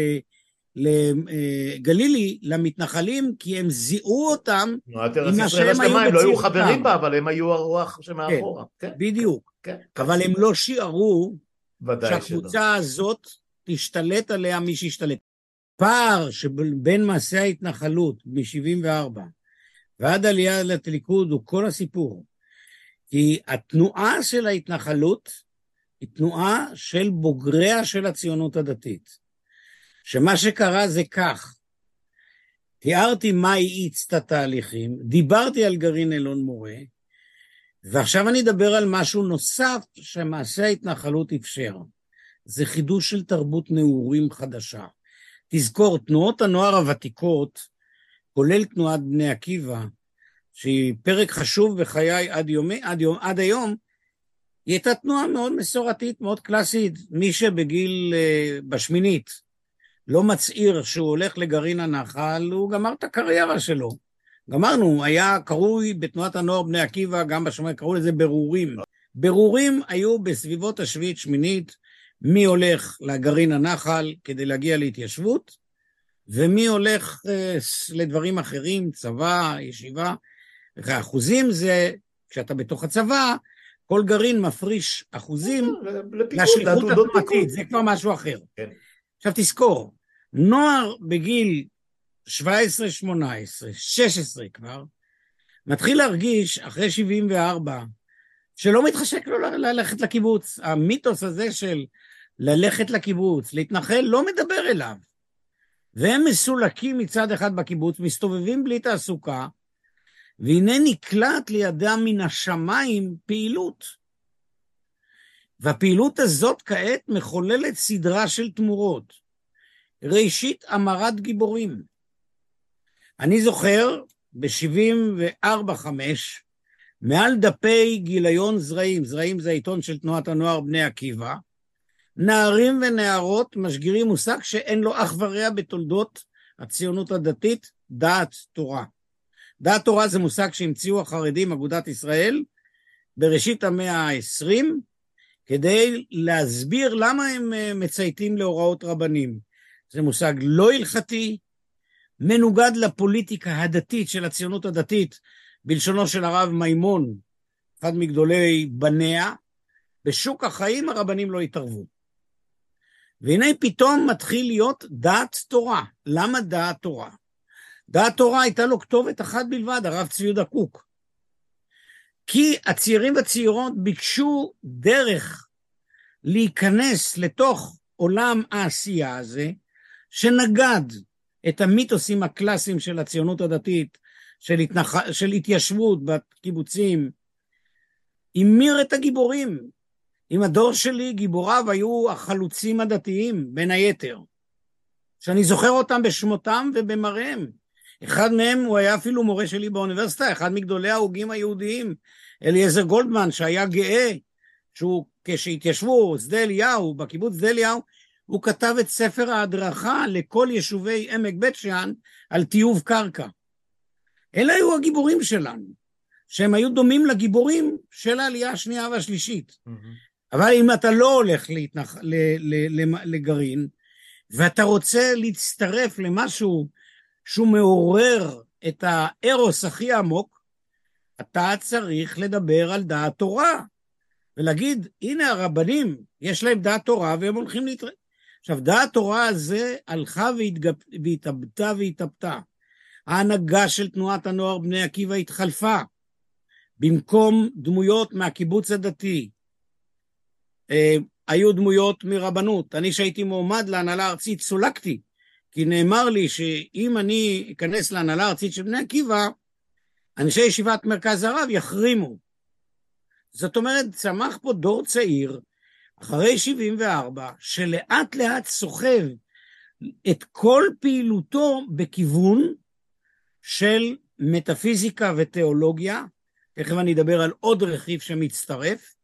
S2: ולגלילי, למתנחלים, כי הם זיהו אותם עם מה שהם היו
S1: בציר. הם לא היו חברים בה, אבל הם היו הרוח שמאחורה.
S2: בדיוק. אבל הם לא שיערו שהקבוצה הזאת תשתלט עליה מי שישתלט. פער שבין מעשי ההתנחלות מ-74 ועד עלייה לליכוד הוא כל הסיפור. כי התנועה של ההתנחלות היא תנועה של בוגריה של הציונות הדתית. שמה שקרה זה כך, תיארתי מה האיץ את התהליכים, דיברתי על גרעין אלון מורה, ועכשיו אני אדבר על משהו נוסף שמעשה ההתנחלות אפשר. זה חידוש של תרבות נעורים חדשה. תזכור, תנועות הנוער הוותיקות, כולל תנועת בני עקיבא, שהיא פרק חשוב בחיי עד היום, היא הייתה תנועה מאוד מסורתית, מאוד קלאסית. מי שבגיל בשמינית לא מצעיר שהוא הולך לגרעין הנחל, הוא גמר את הקריירה שלו. גמרנו, היה קרוי בתנועת הנוער בני עקיבא, גם בשומר קראו לזה ברורים. ברורים היו בסביבות השביעית שמינית, מי הולך לגרעין הנחל כדי להגיע להתיישבות, ומי הולך לדברים אחרים, צבא, ישיבה. אחוזים זה, כשאתה בתוך הצבא, כל גרעין מפריש אחוזים לשליחות התנועתית, זה כבר משהו אחר. עכשיו תזכור, נוער בגיל 17, 18, 16 כבר, מתחיל להרגיש אחרי 74, שלא מתחשק לו ללכת לקיבוץ. המיתוס הזה של ללכת לקיבוץ, להתנחל, לא מדבר אליו. והם מסולקים מצד אחד בקיבוץ, מסתובבים בלי תעסוקה, והנה נקלט לידם מן השמיים פעילות. והפעילות הזאת כעת מחוללת סדרה של תמורות. ראשית, אמרת גיבורים. אני זוכר ב-74-5, מעל דפי גיליון זרעים, זרעים זה העיתון של תנועת הנוער בני עקיבא, נערים ונערות משגירים מושג שאין לו אח ורע בתולדות הציונות הדתית, דעת תורה. דעת תורה זה מושג שהמציאו החרדים, אגודת ישראל, בראשית המאה ה-20, כדי להסביר למה הם מצייתים להוראות רבנים. זה מושג לא הלכתי, מנוגד לפוליטיקה הדתית של הציונות הדתית, בלשונו של הרב מימון, אחד מגדולי בניה, בשוק החיים הרבנים לא התערבו. והנה פתאום מתחיל להיות דעת תורה. למה דעת תורה? דעת תורה הייתה לו כתובת אחת בלבד, הרב צבי יהודה קוק. כי הצעירים והצעירות ביקשו דרך להיכנס לתוך עולם העשייה הזה, שנגד את המיתוסים הקלאסיים של הציונות הדתית, של התיישבות בקיבוצים, המיר את הגיבורים. עם הדור שלי גיבוריו היו החלוצים הדתיים, בין היתר, שאני זוכר אותם בשמותם ובמראיהם. אחד מהם הוא היה אפילו מורה שלי באוניברסיטה, אחד מגדולי ההוגים היהודיים, אליעזר גולדמן, שהיה גאה, שהוא כשהתיישבו שדה אליהו, בקיבוץ שדה אליהו, הוא כתב את ספר ההדרכה לכל יישובי עמק בית שאן על טיוב קרקע. אלה היו הגיבורים שלנו, שהם היו דומים לגיבורים של העלייה השנייה והשלישית. אבל אם אתה לא הולך לגרעין, ואתה רוצה להצטרף למשהו שהוא מעורר את הארוס הכי עמוק, אתה צריך לדבר על דעת תורה, ולהגיד, הנה הרבנים, יש להם דעת תורה, והם הולכים עכשיו, דעת תורה הזה הלכה והתאבטה והתאבטה. ההנהגה של תנועת הנוער בני עקיבא התחלפה. במקום דמויות מהקיבוץ הדתי, היו דמויות מרבנות. אני שהייתי מועמד להנהלה הארצית סולקתי, כי נאמר לי שאם אני אכנס להנהלה הארצית של בני עקיבא, אנשי ישיבת מרכז הרב יחרימו. זאת אומרת, צמח פה דור צעיר, אחרי 74, שלאט לאט סוחב את כל פעילותו בכיוון של מטאפיזיקה ותיאולוגיה, תכף אני אדבר על עוד רכיב שמצטרף,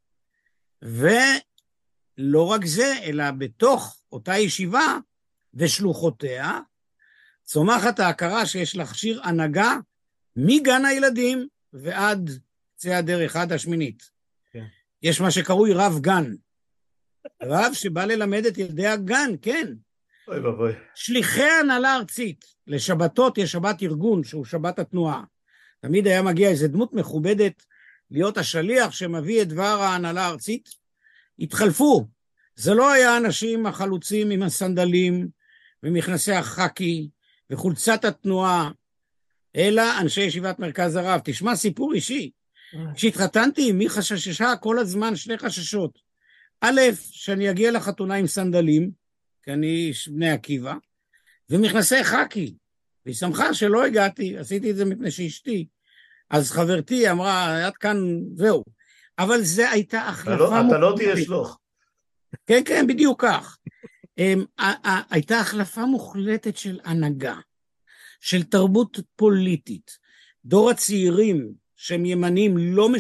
S2: ולא רק זה, אלא בתוך אותה ישיבה ושלוחותיה, צומחת ההכרה שיש להכשיר הנהגה מגן הילדים ועד קצה הדרך, עד השמינית. כן. יש מה שקרוי רב גן. רב שבא ללמד את ילדי הגן, כן.
S1: אוי בבוי.
S2: שליחי הנהלה ארצית, לשבתות יש שבת ארגון, שהוא שבת התנועה. תמיד היה מגיע איזו דמות מכובדת להיות השליח שמביא את דבר ההנהלה הארצית. התחלפו. זה לא היה אנשים החלוצים עם הסנדלים ומכנסי החקי וחולצת התנועה, אלא אנשי ישיבת מרכז הרב. תשמע סיפור אישי. כשהתחתנתי, מי חששה כל הזמן שני חששות. א', שאני אגיע לחתונה עם סנדלים, כי אני איש בני עקיבא, ומכנסי חקי. והיא שמחה שלא הגעתי, עשיתי את זה מפני שאשתי. אז חברתי אמרה, עד כאן, זהו. אבל זה הייתה החלפה
S1: אתה לא תהיה שלוח.
S2: כן, כן, בדיוק כך. הייתה החלפה מוחלטת של הנהגה, של תרבות פוליטית. דור הצעירים שהם ימנים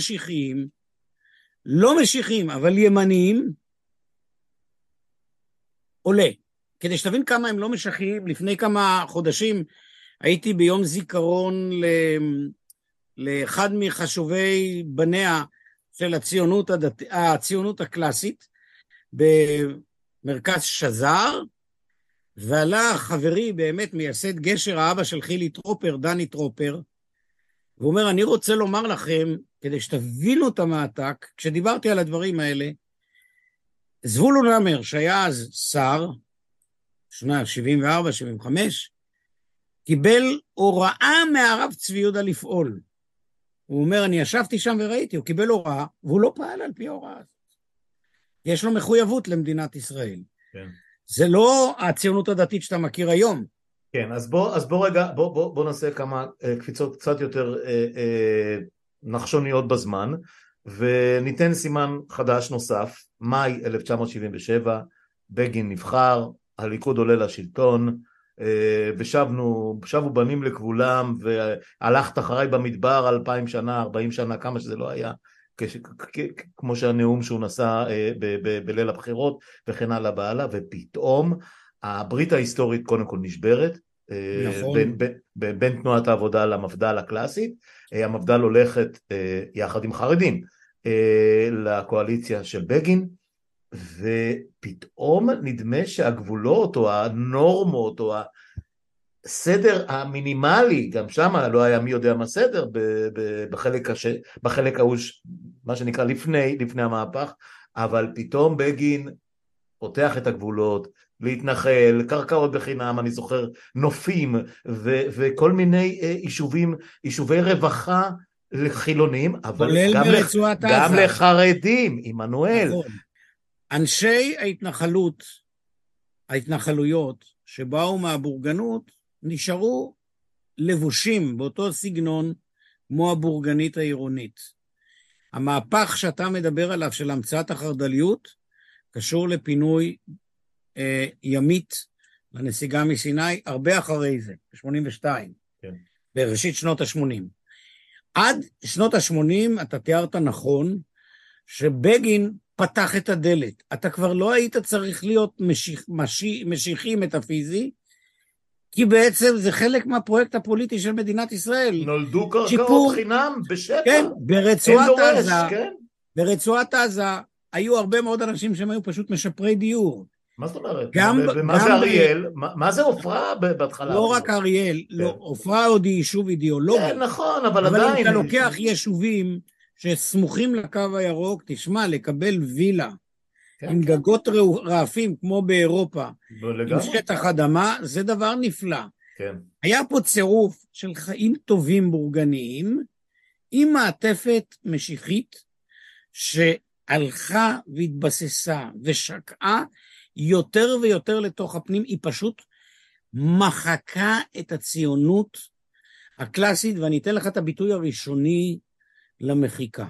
S2: לא משיחיים, אבל ימניים, עולה. כדי שתבין כמה הם לא משיחיים, לפני כמה חודשים הייתי ביום זיכרון לאחד מחשובי בניה של הציונות הקלאסית, במרכז שזר, ועלה חברי באמת מייסד גשר, האבא של חילי טרופר, דני טרופר, והוא אומר, אני רוצה לומר לכם, כדי שתבינו את המעתק, כשדיברתי על הדברים האלה, זבולון המר, שהיה אז שר, שנה 74-75, קיבל הוראה מהרב צבי יהודה לפעול. הוא אומר, אני ישבתי שם וראיתי, הוא קיבל הוראה, והוא לא פעל על פי ההוראה הזאת. יש לו מחויבות למדינת ישראל.
S1: כן.
S2: זה לא הציונות הדתית שאתה מכיר היום.
S1: כן, אז בוא רגע, בוא נעשה כמה קפיצות קצת יותר נחשוניות בזמן, וניתן סימן חדש נוסף, מאי 1977, בגין נבחר, הליכוד עולה לשלטון, ושבו בנים לגבולם, והלכת אחריי במדבר 2000 שנה, 40 שנה, כמה שזה לא היה, כמו שהנאום שהוא נשא בליל הבחירות, וכן הלאה בעלה, ופתאום הברית ההיסטורית קודם כל נשברת, נכון. בין תנועת העבודה למפד"ל הקלאסית, המפד"ל הולכת יחד עם חרדים לקואליציה של בגין, ופתאום נדמה שהגבולות או הנורמות או הסדר המינימלי, גם שם לא היה מי יודע מה סדר, בחלק ההוא, מה שנקרא לפני המהפך, אבל פתאום בגין פותח את הגבולות, להתנחל, קרקעות בחינם, אני זוכר נופים וכל מיני יישובי רווחה לחילונים, אבל גם לחרדים, עמנואל.
S2: נכון. אנשי ההתנחלויות שבאו מהבורגנות, נשארו לבושים באותו סגנון כמו הבורגנית העירונית. המהפך שאתה מדבר עליו של המצאת החרד"ליות, קשור לפינוי ימית לנסיגה מסיני, הרבה אחרי זה, ב-82, כן. בראשית שנות ה-80. עד שנות ה-80, אתה תיארת נכון, שבגין פתח את הדלת. אתה כבר לא היית צריך להיות משיחי מטאפיזי, כי בעצם זה חלק מהפרויקט הפוליטי של מדינת ישראל.
S1: נולדו קרקעות חינם בשטח.
S2: כן, ברצועת עזה, כן. ברצועת עזה, היו הרבה מאוד אנשים שהם היו פשוט משפרי דיור.
S1: מה זאת אומרת? ומה זה אריאל? מה זה עופרה בהתחלה?
S2: לא רק אריאל, עופרה עוד היא יישוב אידיאולוגי.
S1: כן, נכון, אבל עדיין.
S2: אבל אם אתה לוקח יישובים שסמוכים לקו הירוק, תשמע, לקבל וילה, עם גגות רעפים כמו באירופה, עם שטח אדמה, זה דבר נפלא. היה פה צירוף של חיים טובים בורגניים, עם מעטפת משיחית, שהלכה והתבססה ושקעה יותר ויותר לתוך הפנים, היא פשוט מחקה את הציונות הקלאסית, ואני אתן לך את הביטוי הראשוני למחיקה.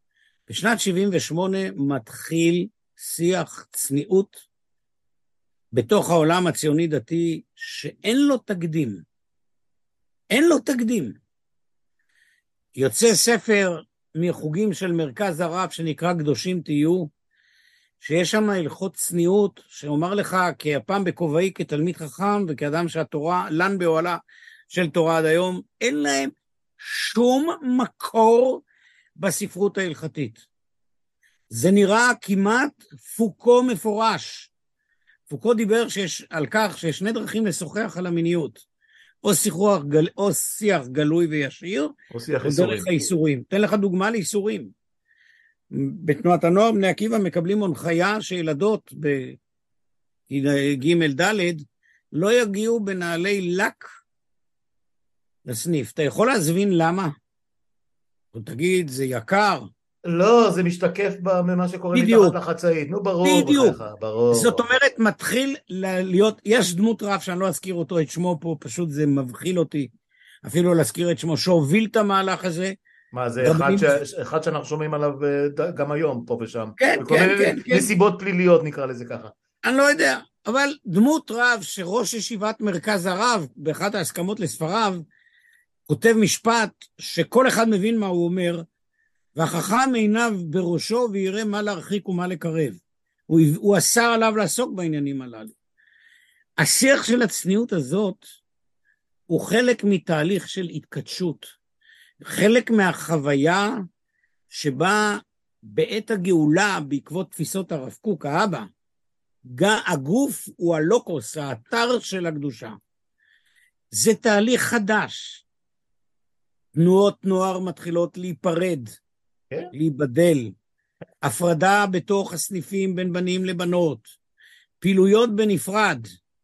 S2: בשנת 78 מתחיל שיח צניעות בתוך העולם הציוני דתי שאין לו תקדים. אין לו תקדים. יוצא ספר מחוגים של מרכז הרב שנקרא קדושים תהיו, שיש שם הלכות צניעות, שאומר לך כהפעם בכובעי כתלמיד חכם וכאדם שהתורה לן באוהלה של תורה עד היום, אין להם שום מקור בספרות ההלכתית. זה נראה כמעט פוקו מפורש. פוקו דיבר על כך שיש שני דרכים לשוחח על המיניות, או שיח גלוי וישיר,
S1: או שיח
S2: או דרך האיסורים. תן לך דוגמה לאיסורים. בתנועת הנוער בני עקיבא מקבלים הנחיה שילדות בג' ד' לא יגיעו בנעלי לק לסניף. אתה יכול להזמין למה? או תגיד, זה יקר.
S1: לא, זה משתקף במה שקורה מתחת לחצאית. נו, ברור.
S2: בדיוק.
S1: ברור.
S2: זאת אומרת, מתחיל להיות, יש דמות רב שאני לא אזכיר אותו, את שמו פה, פשוט זה מבחיל אותי, אפילו להזכיר את שמו, שהוביל את המהלך הזה.
S1: מה, זה אחד שאנחנו שומעים עליו גם היום, פה ושם.
S2: כן, כן.
S1: נסיבות פליליות, נקרא לזה ככה.
S2: אני לא יודע, אבל דמות רב שראש ישיבת מרכז הרב, באחת ההסכמות לספריו, כותב משפט שכל אחד מבין מה הוא אומר, והחכם עיניו בראשו ויראה מה להרחיק ומה לקרב. הוא אסר עליו לעסוק בעניינים הללו. השיח של הצניעות הזאת הוא חלק מתהליך של התקדשות, חלק מהחוויה שבה בעת הגאולה בעקבות תפיסות הרב קוק, האבא, הגוף הוא הלוקוס, האתר של הקדושה. זה תהליך חדש. תנועות נוער מתחילות להיפרד, להיבדל, הפרדה בתוך הסניפים בין בנים לבנות, פעילויות בנפרד,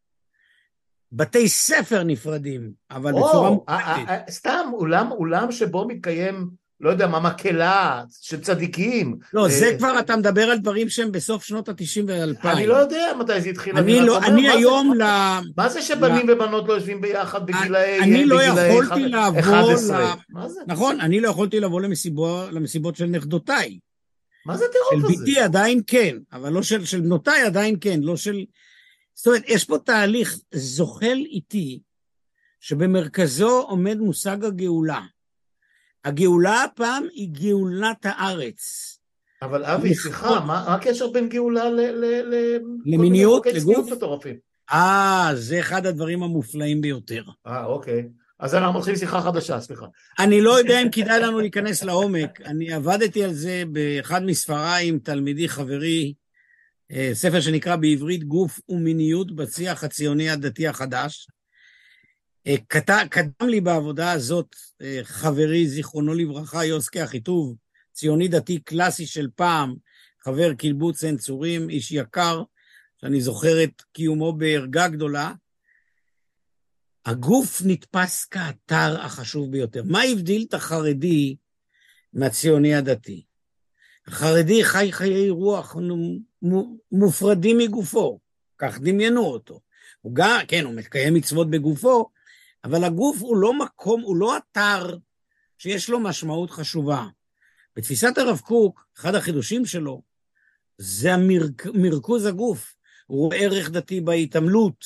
S2: בתי ספר נפרדים, אבל בצורה מוקלטת.
S1: סתם, אולם שבו מתקיים, לא יודע מה, מקהלה של צדיקים.
S2: לא, זה כבר אתה מדבר על דברים שהם בסוף שנות ה-90 וה-2000.
S1: אני לא יודע מתי זה התחיל.
S2: אני היום
S1: מה זה שבנים ובנות לא יושבים ביחד בגילאי 11?
S2: אני לא יכולתי לבוא,
S1: נכון,
S2: אני לא יכולתי לבוא למסיבות של נכדותיי.
S1: מה זה הטירוף הזה?
S2: של ביתי עדיין כן, אבל לא של בנותיי עדיין כן, לא של... זאת אומרת, יש פה תהליך זוחל איתי, שבמרכזו עומד מושג הגאולה. הגאולה הפעם היא גאולת הארץ.
S1: אבל אבי, סליחה, מה הקשר בין גאולה
S2: למיניות, לגוף?
S1: מטורפים?
S2: זה אחד הדברים המופלאים ביותר.
S1: אוקיי. אז אנחנו מתחילים שיחה חדשה, סליחה.
S2: אני לא יודע אם כדאי לנו להיכנס לעומק. אני עבדתי על זה באחד מספריי עם תלמידי חברי, ספר שנקרא בעברית גוף ומיניות בשיח הציוני הדתי החדש. קדם לי בעבודה הזאת חברי זיכרונו לברכה יוסקי אחיטוב, ציוני דתי קלאסי של פעם, חבר קיבוץ עין צורים, איש יקר, שאני זוכר את קיומו בערגה גדולה. הגוף נתפס כאתר החשוב ביותר. מה הבדיל את החרדי מהציוני הדתי? החרדי חי חיי רוח מופרדים מגופו, כך דמיינו אותו. הוא מקיים מצוות בגופו, אבל הגוף הוא לא מקום, הוא לא אתר שיש לו משמעות חשובה. בתפיסת הרב קוק, אחד החידושים שלו, זה מרכוז הגוף. הוא רואה ערך דתי בהתעמלות,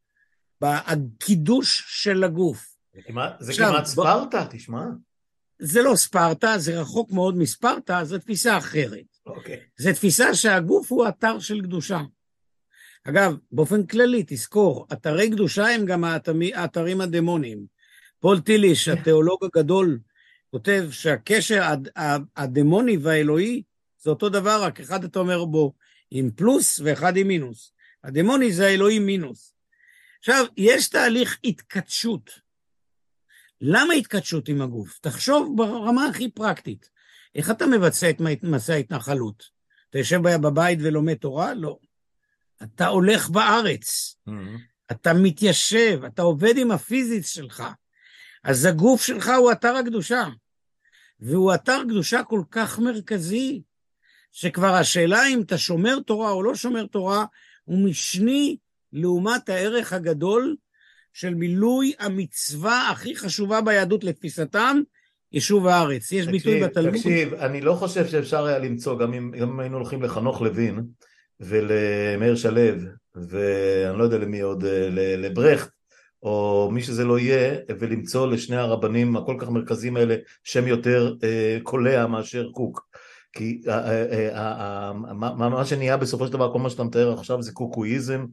S2: בקידוש של הגוף.
S1: זה כמעט ספרטה, תשמע.
S2: זה לא ספרטה, זה רחוק מאוד מספרטה, זו תפיסה אחרת. זו תפיסה שהגוף הוא אתר של קדושה. אגב, באופן כללי, תזכור, אתרי קדושה הם גם האתרים הדמוניים. פול טיליש, התיאולוג הגדול, כותב שהקשר הדמוני והאלוהי זה אותו דבר, רק אחד אתה אומר בו עם פלוס ואחד עם מינוס. הדמוני זה האלוהי מינוס. עכשיו, יש תהליך התקדשות. למה התקדשות עם הגוף? תחשוב ברמה הכי פרקטית. איך אתה מבצע את מסע ההתנחלות? אתה יושב בבית ולומד תורה? לא. אתה הולך בארץ. אתה מתיישב, אתה עובד עם הפיזית שלך. אז הגוף שלך הוא אתר הקדושה. והוא אתר קדושה כל כך מרכזי, שכבר השאלה אם אתה שומר תורה או לא שומר תורה, הוא משני לעומת הערך הגדול של מילוי המצווה הכי חשובה ביהדות לתפיסתם, יישוב הארץ. יש ביטוי בתלמוד.
S1: תקשיב, אני לא חושב שאפשר היה למצוא, גם אם היינו הולכים לחנוך לוין, ולמאיר שלו, ואני לא יודע למי עוד, לברכט, או מי שזה לא יהיה, ולמצוא לשני הרבנים הכל כך מרכזיים האלה, שם יותר קולע מאשר קוק. כי מה שנהיה בסופו של דבר, כל מה שאתה מתאר עכשיו זה קוקואיזם,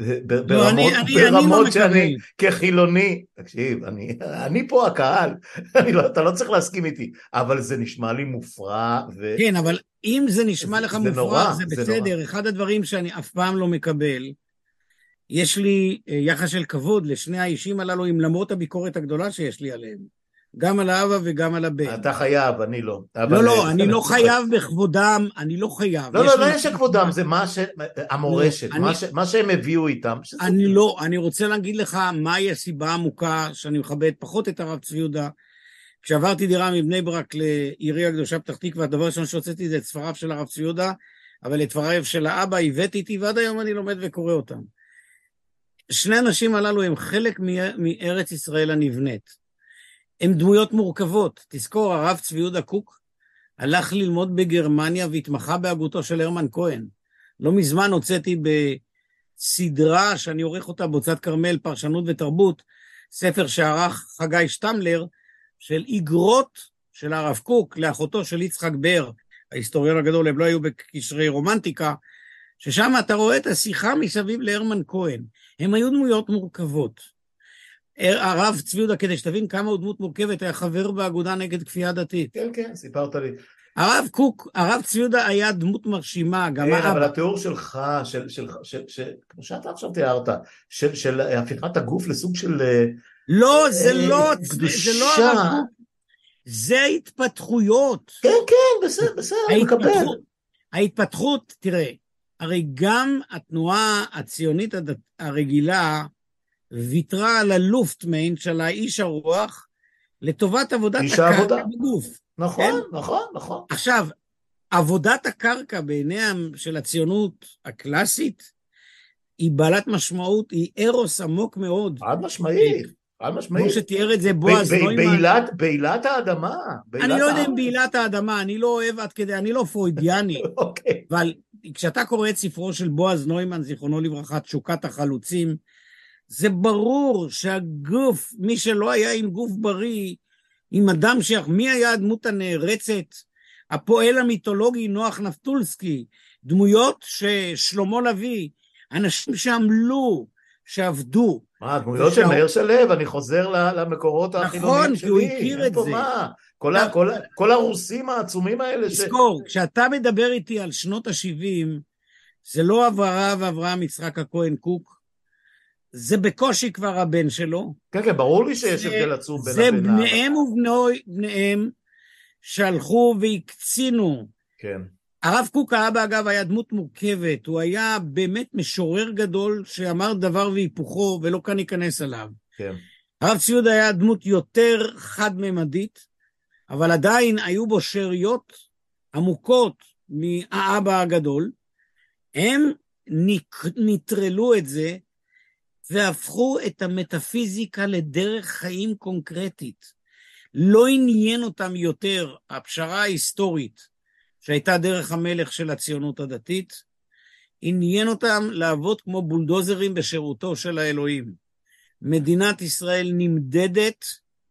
S1: ברמות שאני כחילוני, תקשיב, אני פה הקהל, אתה לא צריך להסכים איתי, אבל זה נשמע לי מופרע.
S2: כן, אבל אם זה נשמע לך מופרע, זה בסדר. אחד הדברים שאני אף פעם לא מקבל, יש לי יחס של כבוד לשני האישים הללו, עם למרות הביקורת הגדולה שיש לי עליהם. גם על האבא וגם על הבן.
S1: אתה חייב, אני לא.
S2: לא, אני לא חייב בכבודם, אני לא חייב.
S1: לא יש כבודם, זה המורשת, מה שהם הביאו איתם.
S2: אני רוצה להגיד לך מהי הסיבה העמוקה שאני מכבד פחות את הרב צבי יהודה. כשעברתי דירה מבני ברק לעירי הקדושה פתח תקווה, הדבר ראשון שהוצאתי זה את ספריו של הרב צבי יהודה, אבל את ספריו של האבא הבאתי איתי, ועד היום אני לומד וקורא אותם. שני האנשים הללו הם חלק מארץ ישראל הנבנית. הם דמויות מורכבות. תזכור, הרב צבי יהודה קוק הלך ללמוד בגרמניה והתמחה בהגותו של הרמן כהן. לא מזמן הוצאתי בסדרה שאני עורך אותה בהוצאת כרמל, פרשנות ותרבות, ספר שערך חגי שטמלר, של איגרות של הרב קוק לאחותו של יצחק בר, ההיסטוריון הגדול, הם לא היו בקשרי רומנטיקה, ששם אתה רואה את השיחה מסביב להרמן כהן. הם היו דמויות מורכבות. הרב צבי יהודה, כדי שתבין כמה הוא דמות מורכבת, היה חבר באגודה נגד כפייה דתית.
S1: כן, סיפרת לי.
S2: הרב צבי יהודה היה דמות מרשימה, גם האבא.
S1: אבל התיאור שלך, כמו שאתה עכשיו תיארת, של הפיכת הגוף לסוג של
S2: לא, זה לא הרב קוק, זה התפתחויות.
S1: כן, בסדר, אני מקבל.
S2: ההתפתחות, תראה, הרי גם התנועה הציונית הרגילה, ויתרה על הלופטמיין של האיש הרוח, לטובת עבודת הקרקע בגוף.
S1: נכון.
S2: עכשיו, עבודת הקרקע בעיניים של הציונות הקלאסית, היא בעלת משמעות, היא ארוס עמוק מאוד.
S1: חד משמעית.
S2: כמו שתיאר את זה בועז נוימן.
S1: בעילת האדמה.
S2: אני לא יודע אם בעילת האדמה, אני לא אוהב עד כדי, אני לא פרוידיאני. אבל כשאתה קורא את ספרו של בועז נוימן, זיכרונו לברכה, תשוקת החלוצים, זה ברור שהגוף, מי שלא היה עם גוף בריא, עם אדם מי היה הדמות הנערצת? הפועל המיתולוגי נוח נפטולסקי, דמויות ששלמה לוי, אנשים שעמלו, שעבדו.
S1: דמויות של מאיר שלו, אני חוזר למקורות החילוניים שלי.
S2: נכון, כי הוא הכיר את זה.
S1: כל הרוסים העצומים האלה.
S2: תזכור, כשאתה מדבר איתי על שנות ה-70, זה לא אברהם יצחק הכהן קוק, זה בקושי כבר הבן שלו.
S1: כן, ברור לי שיש הבדל עצום בין
S2: הבן. זה בניהם ובניהם שהלכו והקצינו.
S1: כן.
S2: הרב קוק האבא אגב היה דמות מורכבת, הוא היה באמת משורר גדול שאמר דבר והיפוכו ולא כאן ייכנס עליו.
S1: כן.
S2: הרב צבי יהודה היה דמות יותר חד-ממדית, אבל עדיין היו בו שאריות עמוקות מהאבא הגדול, הם נטרלו את זה, והפכו את המטאפיזיקה לדרך חיים קונקרטית. לא עניין אותם יותר הפשרה ההיסטורית, שהייתה דרך המלך של הציונות הדתית, עניין אותם לעבוד כמו בולדוזרים בשירותו של האלוהים. מדינת ישראל נמדדת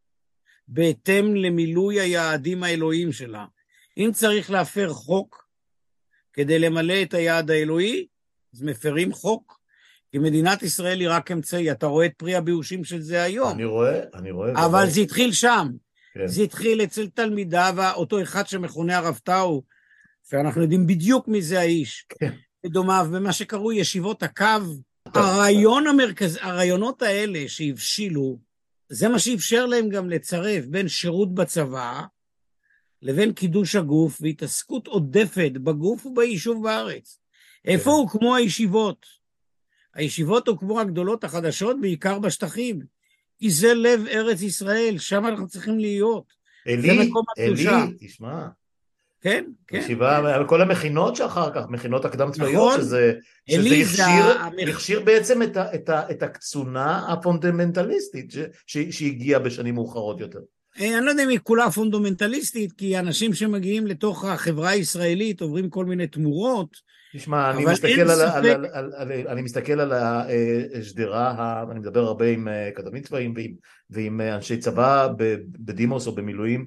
S2: בהתאם למילוי היעדים האלוהיים שלה. אם צריך להפר חוק כדי למלא את היעד האלוהי, אז מפרים חוק, כי מדינת ישראל היא רק אמצעי. אתה רואה את פרי הבאושים של זה היום.
S1: אני רואה.
S2: אבל זה התחיל שם.
S1: כן.
S2: זה התחיל אצל תלמידיו, אותו אחד שמכונה הרב טאו, ואנחנו יודעים בדיוק מי זה האיש.
S1: כן.
S2: דומיו, במה שקראו ישיבות הקו. הרעיונות האלה שהבשילו, זה מה שאפשר להם גם לצרף בין שירות בצבא, לבין קידוש הגוף, והתעסקות עודפת בגוף וביישוב בארץ. איפה הוקמו הישיבות? הישיבות הוקמו הגדולות החדשות, בעיקר בשטחים. כי זה לב ארץ ישראל, שם אנחנו צריכים להיות.
S1: אלי, תשמע.
S2: כן.
S1: ישיבה על כל המכינות שאחר כך, מכינות הקדם צבאיות,
S2: נכון.
S1: שזה הכשיר בעצם את הקצונה הפונדמנטליסטית שהגיעה בשנים מאוחרות יותר.
S2: אני לא יודע אם היא כולה פונדמנטליסטית, כי אנשים שמגיעים לתוך החברה הישראלית עוברים כל מיני תמורות,
S1: תשמע,
S2: אבל אין ספק,
S1: אני מסתכל על השדרה, אני מדבר הרבה עם כתבים צבאיים ועם אנשי צבא בדימוס או במילואים,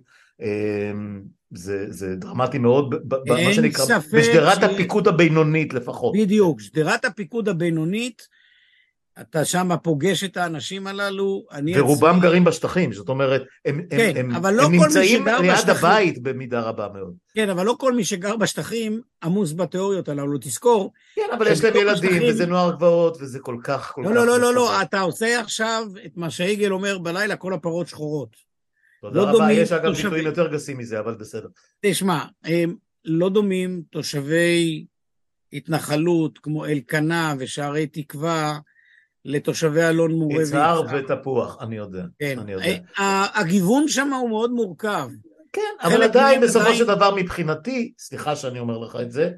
S1: זה דרמטי מאוד, מה
S2: אין
S1: שנקרא,
S2: ספק
S1: בשדרת הפיקוד הבינונית לפחות.
S2: בדיוק, שדרת הפיקוד הבינונית, אתה שם פוגש את האנשים הללו, אני
S1: ורובם
S2: עצמי,
S1: גרים בשטחים, זאת אומרת,
S2: כן, אבל לא
S1: הם
S2: כל מי
S1: נמצאים
S2: שגר
S1: ליד
S2: בשטחים,
S1: הבית במידה רבה מאוד.
S2: כן, אבל לא כל מי שגר בשטחים עמוס בתיאוריות הללו, תזכור,
S1: כן, אבל יש להם
S2: שבתוך
S1: ילדים,
S2: השטחים,
S1: וזה נוער גבעות, וזה כל כך, כל
S2: לא, לא,
S1: כך
S2: לא, לא,
S1: מפוזר.
S2: לא, אתה עושה עכשיו את מה שהיגל אומר בלילה, כל הפרות שחורות.
S1: תודה
S2: לא
S1: רבה,
S2: דומים
S1: יש אגב ביטויים
S2: תושבי,
S1: יותר גסים מזה, אבל בסדר.
S2: תשמע, הם לא דומים תושבי התנחלות כמו אלקנה ושערי תקווה לתושבי אלון מורה
S1: יצהר
S2: ויצהר.
S1: ותפוח, אני יודע,
S2: כן,
S1: אני יודע.
S2: הגיוון שם הוא מאוד מורכב.
S1: כן, אבל
S2: חלק
S1: עדיין,
S2: מהם
S1: בסופו של
S2: עדיין,
S1: דבר, מבחינתי, סליחה שאני אומר לך את זה,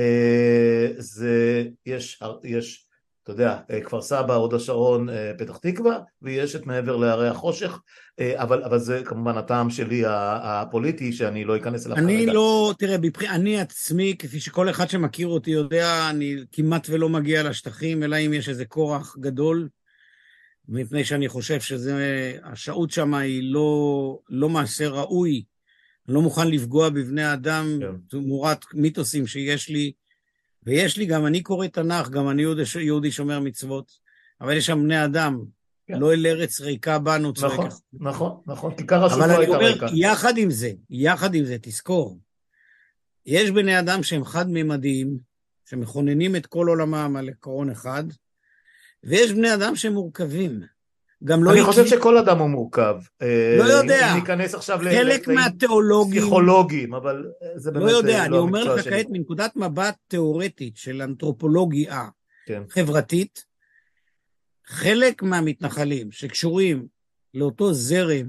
S1: יש, אתה יודע, כפר סבא, הוד השרון, פתח תקווה, ויש את מעבר להרי החושך, אבל זה כמובן הטעם שלי הפוליטי, שאני לא אכנס אליו
S2: אני
S1: כרגע.
S2: לא, תראה, אני עצמי, כפי שכל אחד שמכיר אותי יודע, אני כמעט ולא מגיע לשטחים, אלא אם יש איזה כורח גדול, מפני שאני חושב שהשהות שם היא לא מעשה ראוי, אני לא מוכן לפגוע בבני אדם
S1: כן.
S2: תמורת מיתוסים שיש לי, ויש לי גם, אני קורא תנ"ך, גם אני יהודי שומר מצוות, אבל יש שם בני אדם,
S1: כן.
S2: לא אל ארץ ריקה בנו צועק.
S1: נכון, נכון, נכון, כיכר השוק
S2: אבל
S1: לא
S2: אני
S1: הייתה
S2: אומר,
S1: ריקה.
S2: יחד עם זה, תזכור, יש בני אדם שהם חד-ממדיים, שמכוננים את כל עולמם על עקרון אחד, ויש בני אדם שהם מורכבים. גם לא
S1: אני חושב
S2: עקבי,
S1: שכל אדם הוא מורכב.
S2: לא
S1: אם
S2: יודע,
S1: ניכנס עכשיו
S2: חלק מהתיאולוגים,
S1: פסיכולוגיים, אבל זה
S2: לא
S1: באמת
S2: יודע, אני
S1: לא
S2: אומר
S1: המקצוע
S2: לך
S1: שלי.
S2: כעת מנקודת מבט תיאורטית של אנתרופולוגיה
S1: כן.
S2: חברתית, חלק מהמתנחלים שקשורים לאותו זרם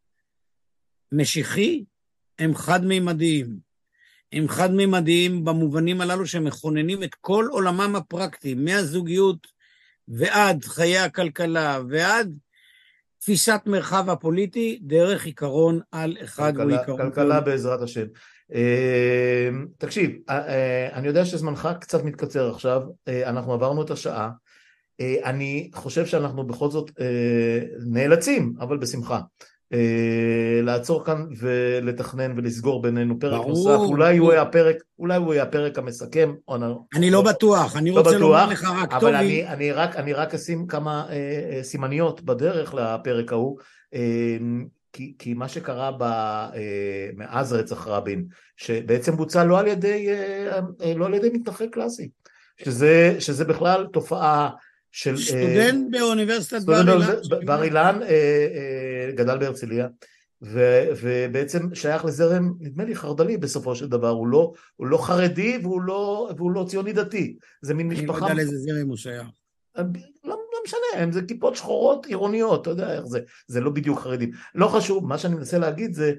S2: משיחי, הם חד-ממדיים. הם חד-ממדיים במובנים הללו שמכוננים את כל עולמם הפרקטי, מהזוגיות ועד חיי הכלכלה, ועד תפיסת מרחב הפוליטי, דרך עיקרון על אחד והוא עיקרון
S1: כלכלה בעזרת השם. תקשיב, אני יודע שזמנך קצת מתקצר עכשיו, אנחנו עברנו את השעה, אני חושב שאנחנו בכל זאת נאלצים, אבל בשמחה, לעצור כאן ולתכנן ולסגור בינינו פרק נוסף,
S2: ברור,
S1: אולי הוא יהיה הפרק המסכם,
S2: אני לא בטוח, אני
S1: לא
S2: רוצה לומר
S1: בטוח,
S2: לך רק,
S1: אבל
S2: טובי,
S1: אני רק אשים כמה סימניות בדרך לפרק ההוא, כי מה שקרה מאז רצח רבין, שבעצם בוצע לא על ידי מתנחל קלאסי, שזה בכלל תופעה של
S2: סטודנט באוניברסיטת
S1: סטודנט
S2: בר אילן,
S1: בר אילן, גדל בהרצליה, ובעצם שייך לזרם, נדמה לי חרד"לי בסופו של דבר, הוא לא חרדי והוא לא ציוני דתי, זה מין
S2: אני לא
S1: משפחה,
S2: יודע לאיזה זרם הוא שייך.
S1: לא משנה, זה כיפות שחורות עירוניות, אתה יודע איך זה לא בדיוק חרדים, לא חשוב, מה שאני מנסה להגיד זה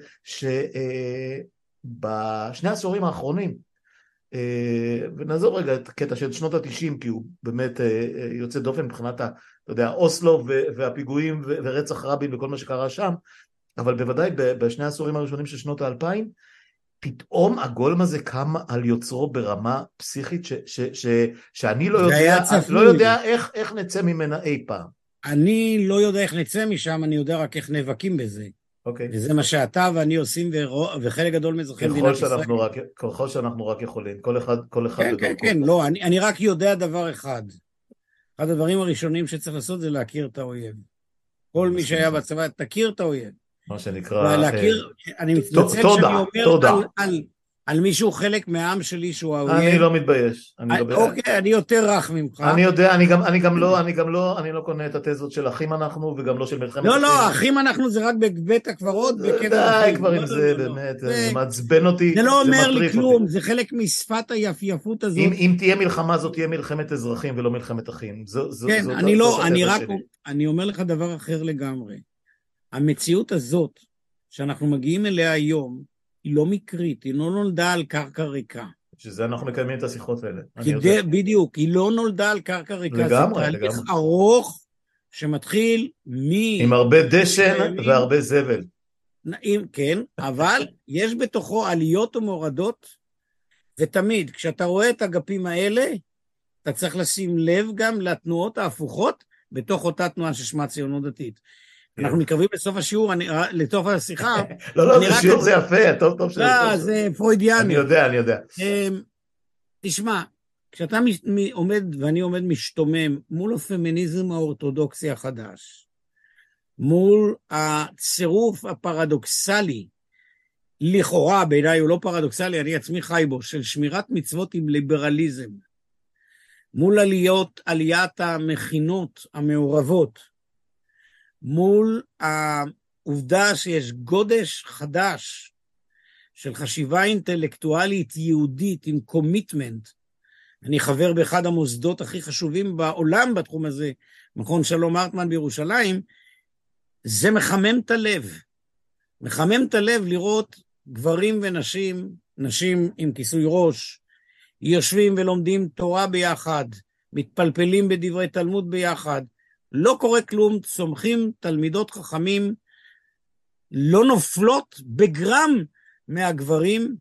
S1: שבשני העשורים האחרונים, ונעזור רגע את הקטע של שנות ה-90, כי הוא באמת יוצא דופן מבחינת, אתה יודע, אוסלו והפיגועים ורצח רבין וכל מה שקרה שם, אבל בוודאי בשני העשורים הראשונים של שנות ה-2000, פתאום הגולם הזה קם על יוצרו ברמה פסיכית שאני לא יודע איך נצא ממנה אי פעם.
S2: אני לא יודע איך נצא משם, אני יודע רק איך נאבקים בזה.
S1: אוקיי.
S2: וזה מה שאתה ואני עושים, וחלק גדול מאזרחי מדינת ישראל.
S1: ככל שאנחנו רק יכולים, כל אחד
S2: כן,
S1: בדרכו.
S2: כן, לא, אני רק יודע דבר אחד. אחד הדברים הראשונים שצריך לעשות זה להכיר את האויב. כל מי שהיה בצבא, תכיר את האויב.
S1: מה שנקרא...
S2: אני מתנצל שאני אומר על מישהו חלק מהעם שלי שהוא האויב.
S1: אני לא מתבייש.
S2: אוקיי, אני יותר רך ממך.
S1: אני יודע, אני לא קונה את התזות של אחים אנחנו, וגם לא של מלחמת אחים.
S2: לא, אחים אנחנו זה רק בבית הקברות.
S1: די כבר עם זה, באמת, זה מעצבן אותי.
S2: זה לא אומר לי כלום, זה חלק משפת היפייפות הזאת.
S1: אם תהיה מלחמה, זאת תהיה מלחמת אזרחים ולא מלחמת אחים.
S2: כן, אני אומר לך דבר אחר לגמרי. המציאות הזאת, שאנחנו מגיעים אליה היום, היא לא מקרית, היא לא נולדה על קרקע ריקה.
S1: שזה אנחנו מקיימים את השיחות האלה.
S2: בדיוק, היא לא נולדה על קרקע ריקה.
S1: לגמרי,
S2: זה תהליך ארוך שמתחיל
S1: עם הרבה דשן והרבה זבל.
S2: כן, אבל יש בתוכו עליות ומורדות, ותמיד, כשאתה רואה את אגפים האלה, אתה צריך לשים לב גם לתנועות ההפוכות בתוך אותה תנועה ששמה ציונות דתית. אנחנו מתקרבים לסוף השיעור, לתוך השיחה.
S1: לא, זה שיעור זה יפה, טוב.
S2: לא, זה פרוידיאני.
S1: אני יודע.
S2: תשמע, כשאתה עומד, ואני עומד משתומם, מול הפמיניזם האורתודוקסי החדש, מול הצירוף הפרדוקסלי, לכאורה, בעיניי הוא לא פרדוקסלי, אני עצמי חי בו, של שמירת מצוות עם ליברליזם, מול עליית המכינות המעורבות, מול העובדה שיש גודש חדש של חשיבה אינטלקטואלית יהודית עם קומיטמנט. אני חבר באחד המוסדות הכי חשובים בעולם בתחום הזה, מכון שלום הרטמן בירושלים. זה מחמם את הלב. מחמם את הלב לראות גברים ונשים, נשים עם כיסוי ראש, יושבים ולומדים תורה ביחד, מתפלפלים בדברי תלמוד ביחד, לא קורה כלום, צומחים תלמידות חכמים, לא נופלות בגרם מהגברים,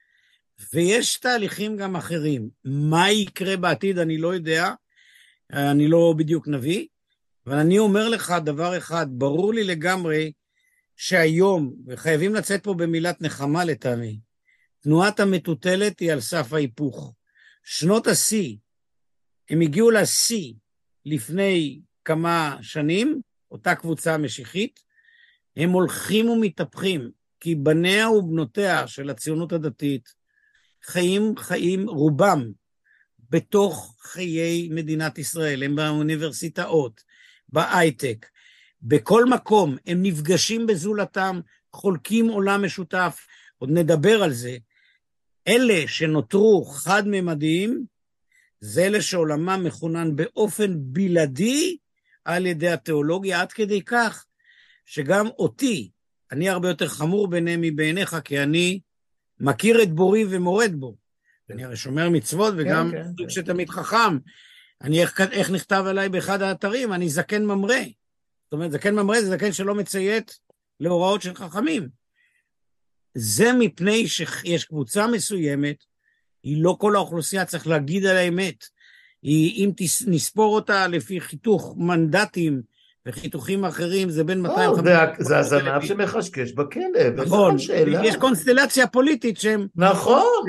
S2: ויש תהליכים גם אחרים. מה יקרה בעתיד אני לא יודע, אני לא בדיוק נביא, אבל אני אומר לך דבר אחד, ברור לי לגמרי שהיום, וחייבים לצאת פה במילת נחמה לטעמי, תנועת המטוטלת היא על סף ההיפוך. שנות השיא, הם הגיעו לשיא לפני כמה שנים, אותה קבוצה משיחית, הם הולכים ומתהפכים, כי בניה ובנותיה של הציונות הדתית, חיים רובם בתוך חיי מדינת ישראל, הם באוניברסיטאות, בהייטק, בכל מקום, הם נפגשים בזולתם, חולקים עולם משותף, עוד נדבר על זה. אלה שנותרו חד-ממדיים, זה אלה שעולמם מכונן באופן בלעדי על ידי התיאולוגיה, עד כדי כך שגם אותי, אני הרבה יותר חמור ביניהם מבעיניך, כי אני מכיר את בורי ומורד בו. אני הרי שומר מצוות וגם שתמיד חכם. איך נכתב עליי באחד האתרים, אני זקן ממרא. זאת אומרת, זקן ממרא זה זקן שלא מציית להוראות של חכמים. זה מפני שיש קבוצה מסוימת, היא לא כל האוכלוסייה, צריך להגיד על האמת. אם נספור אותה לפי חיתוך מנדטים וחיתוכים אחרים, זה בין 250...
S1: זה הזנב שמחשקש בכלב.
S2: נכון, יש קונסטלציה פוליטית שהם...
S1: נכון.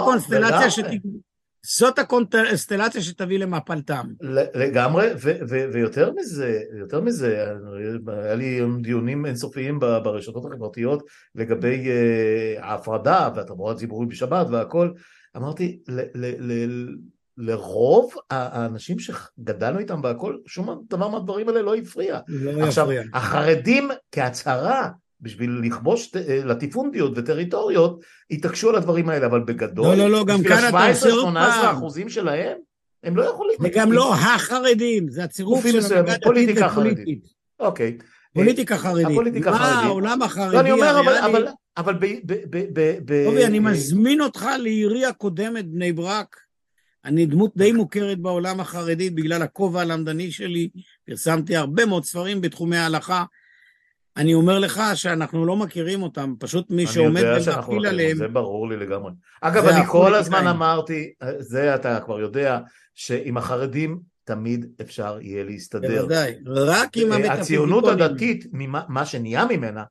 S2: זאת הקונסטלציה שתביא למפלתם.
S1: לגמרי, ויותר מזה, היה לי דיונים אינסופיים ברשתות החברתיות לגבי ההפרדה והתחבורה הציבורית בשבת והכל. אמרתי, לרוב האנשים שגדלנו איתם והכל, שום דבר מהדברים האלה לא יפריע. עכשיו, החרדים כהצהרה, בשביל לכבוש לטיפונדיות וטריטוריות, התעקשו על הדברים האלה, אבל בגדול,
S2: לא, גם כאן אתה עושה עוד פעם.
S1: 17% שלהם, הם לא יכולים.
S2: וגם לא החרדים, זה הצירוף של המגע דתית ופוליטית.
S1: אוקיי.
S2: פוליטיקה חרדית.
S1: הפוליטיקה החרדית.
S2: העולם החרדי.
S1: לא, אני אומר, אבל
S2: טובי, אני מזמין אותך לעירי הקודמת, בני ברק. אני דמות די מוכרת בעולם החרדי, בגלל הכובע הלמדני שלי, פרסמתי הרבה מאוד ספרים בתחומי ההלכה, אני אומר לך שאנחנו לא מכירים אותם, פשוט מי שעומד ולהפיל עליהם.
S1: זה ברור לי לגמרי. אגב, אני כל הזמן אמרתי, זה אתה כבר יודע, שעם החרדים תמיד אפשר יהיה להסתדר.
S2: בוודאי, רק עם המטאפיזיקונים.
S1: הציונות הדתית, מה שנהיה ממנה,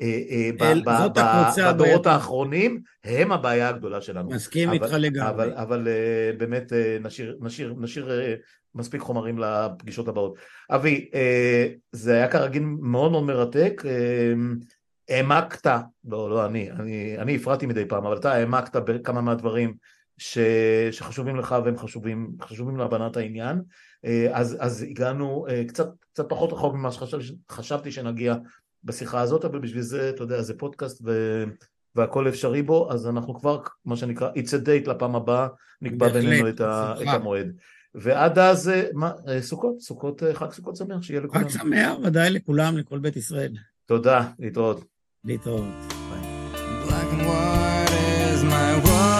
S1: בדורות האחרונים, הם הבעיה הגדולה שלנו.
S2: מסכים איתך לגמרי.
S1: אבל באמת נשאיר מספיק חומרים לפגישות הבאות. אבי, זה היה כרגיל מאוד מאוד מרתק, העמקת, לא אני הפרעתי מדי פעם, אבל אתה העמקת בכמה מהדברים שחשובים לך והם חשובים להבנת העניין, אז הגענו קצת פחות רחוק ממה שחשבתי שנגיע בשיחה הזאת, אבל בשביל זה, אתה יודע, זה פודקאסט והכל אפשרי בו, אז אנחנו כבר, מה שנקרא, it's a date לפעם הבאה, נקבע בינינו את המועד. ועד אז, חג סוכות שמח, שיהיה לכולם.
S2: חג שמח, ודאי לכולם, לכל בית ישראל.
S1: תודה, להתראות.
S2: להתראות.
S3: Black and white is my world.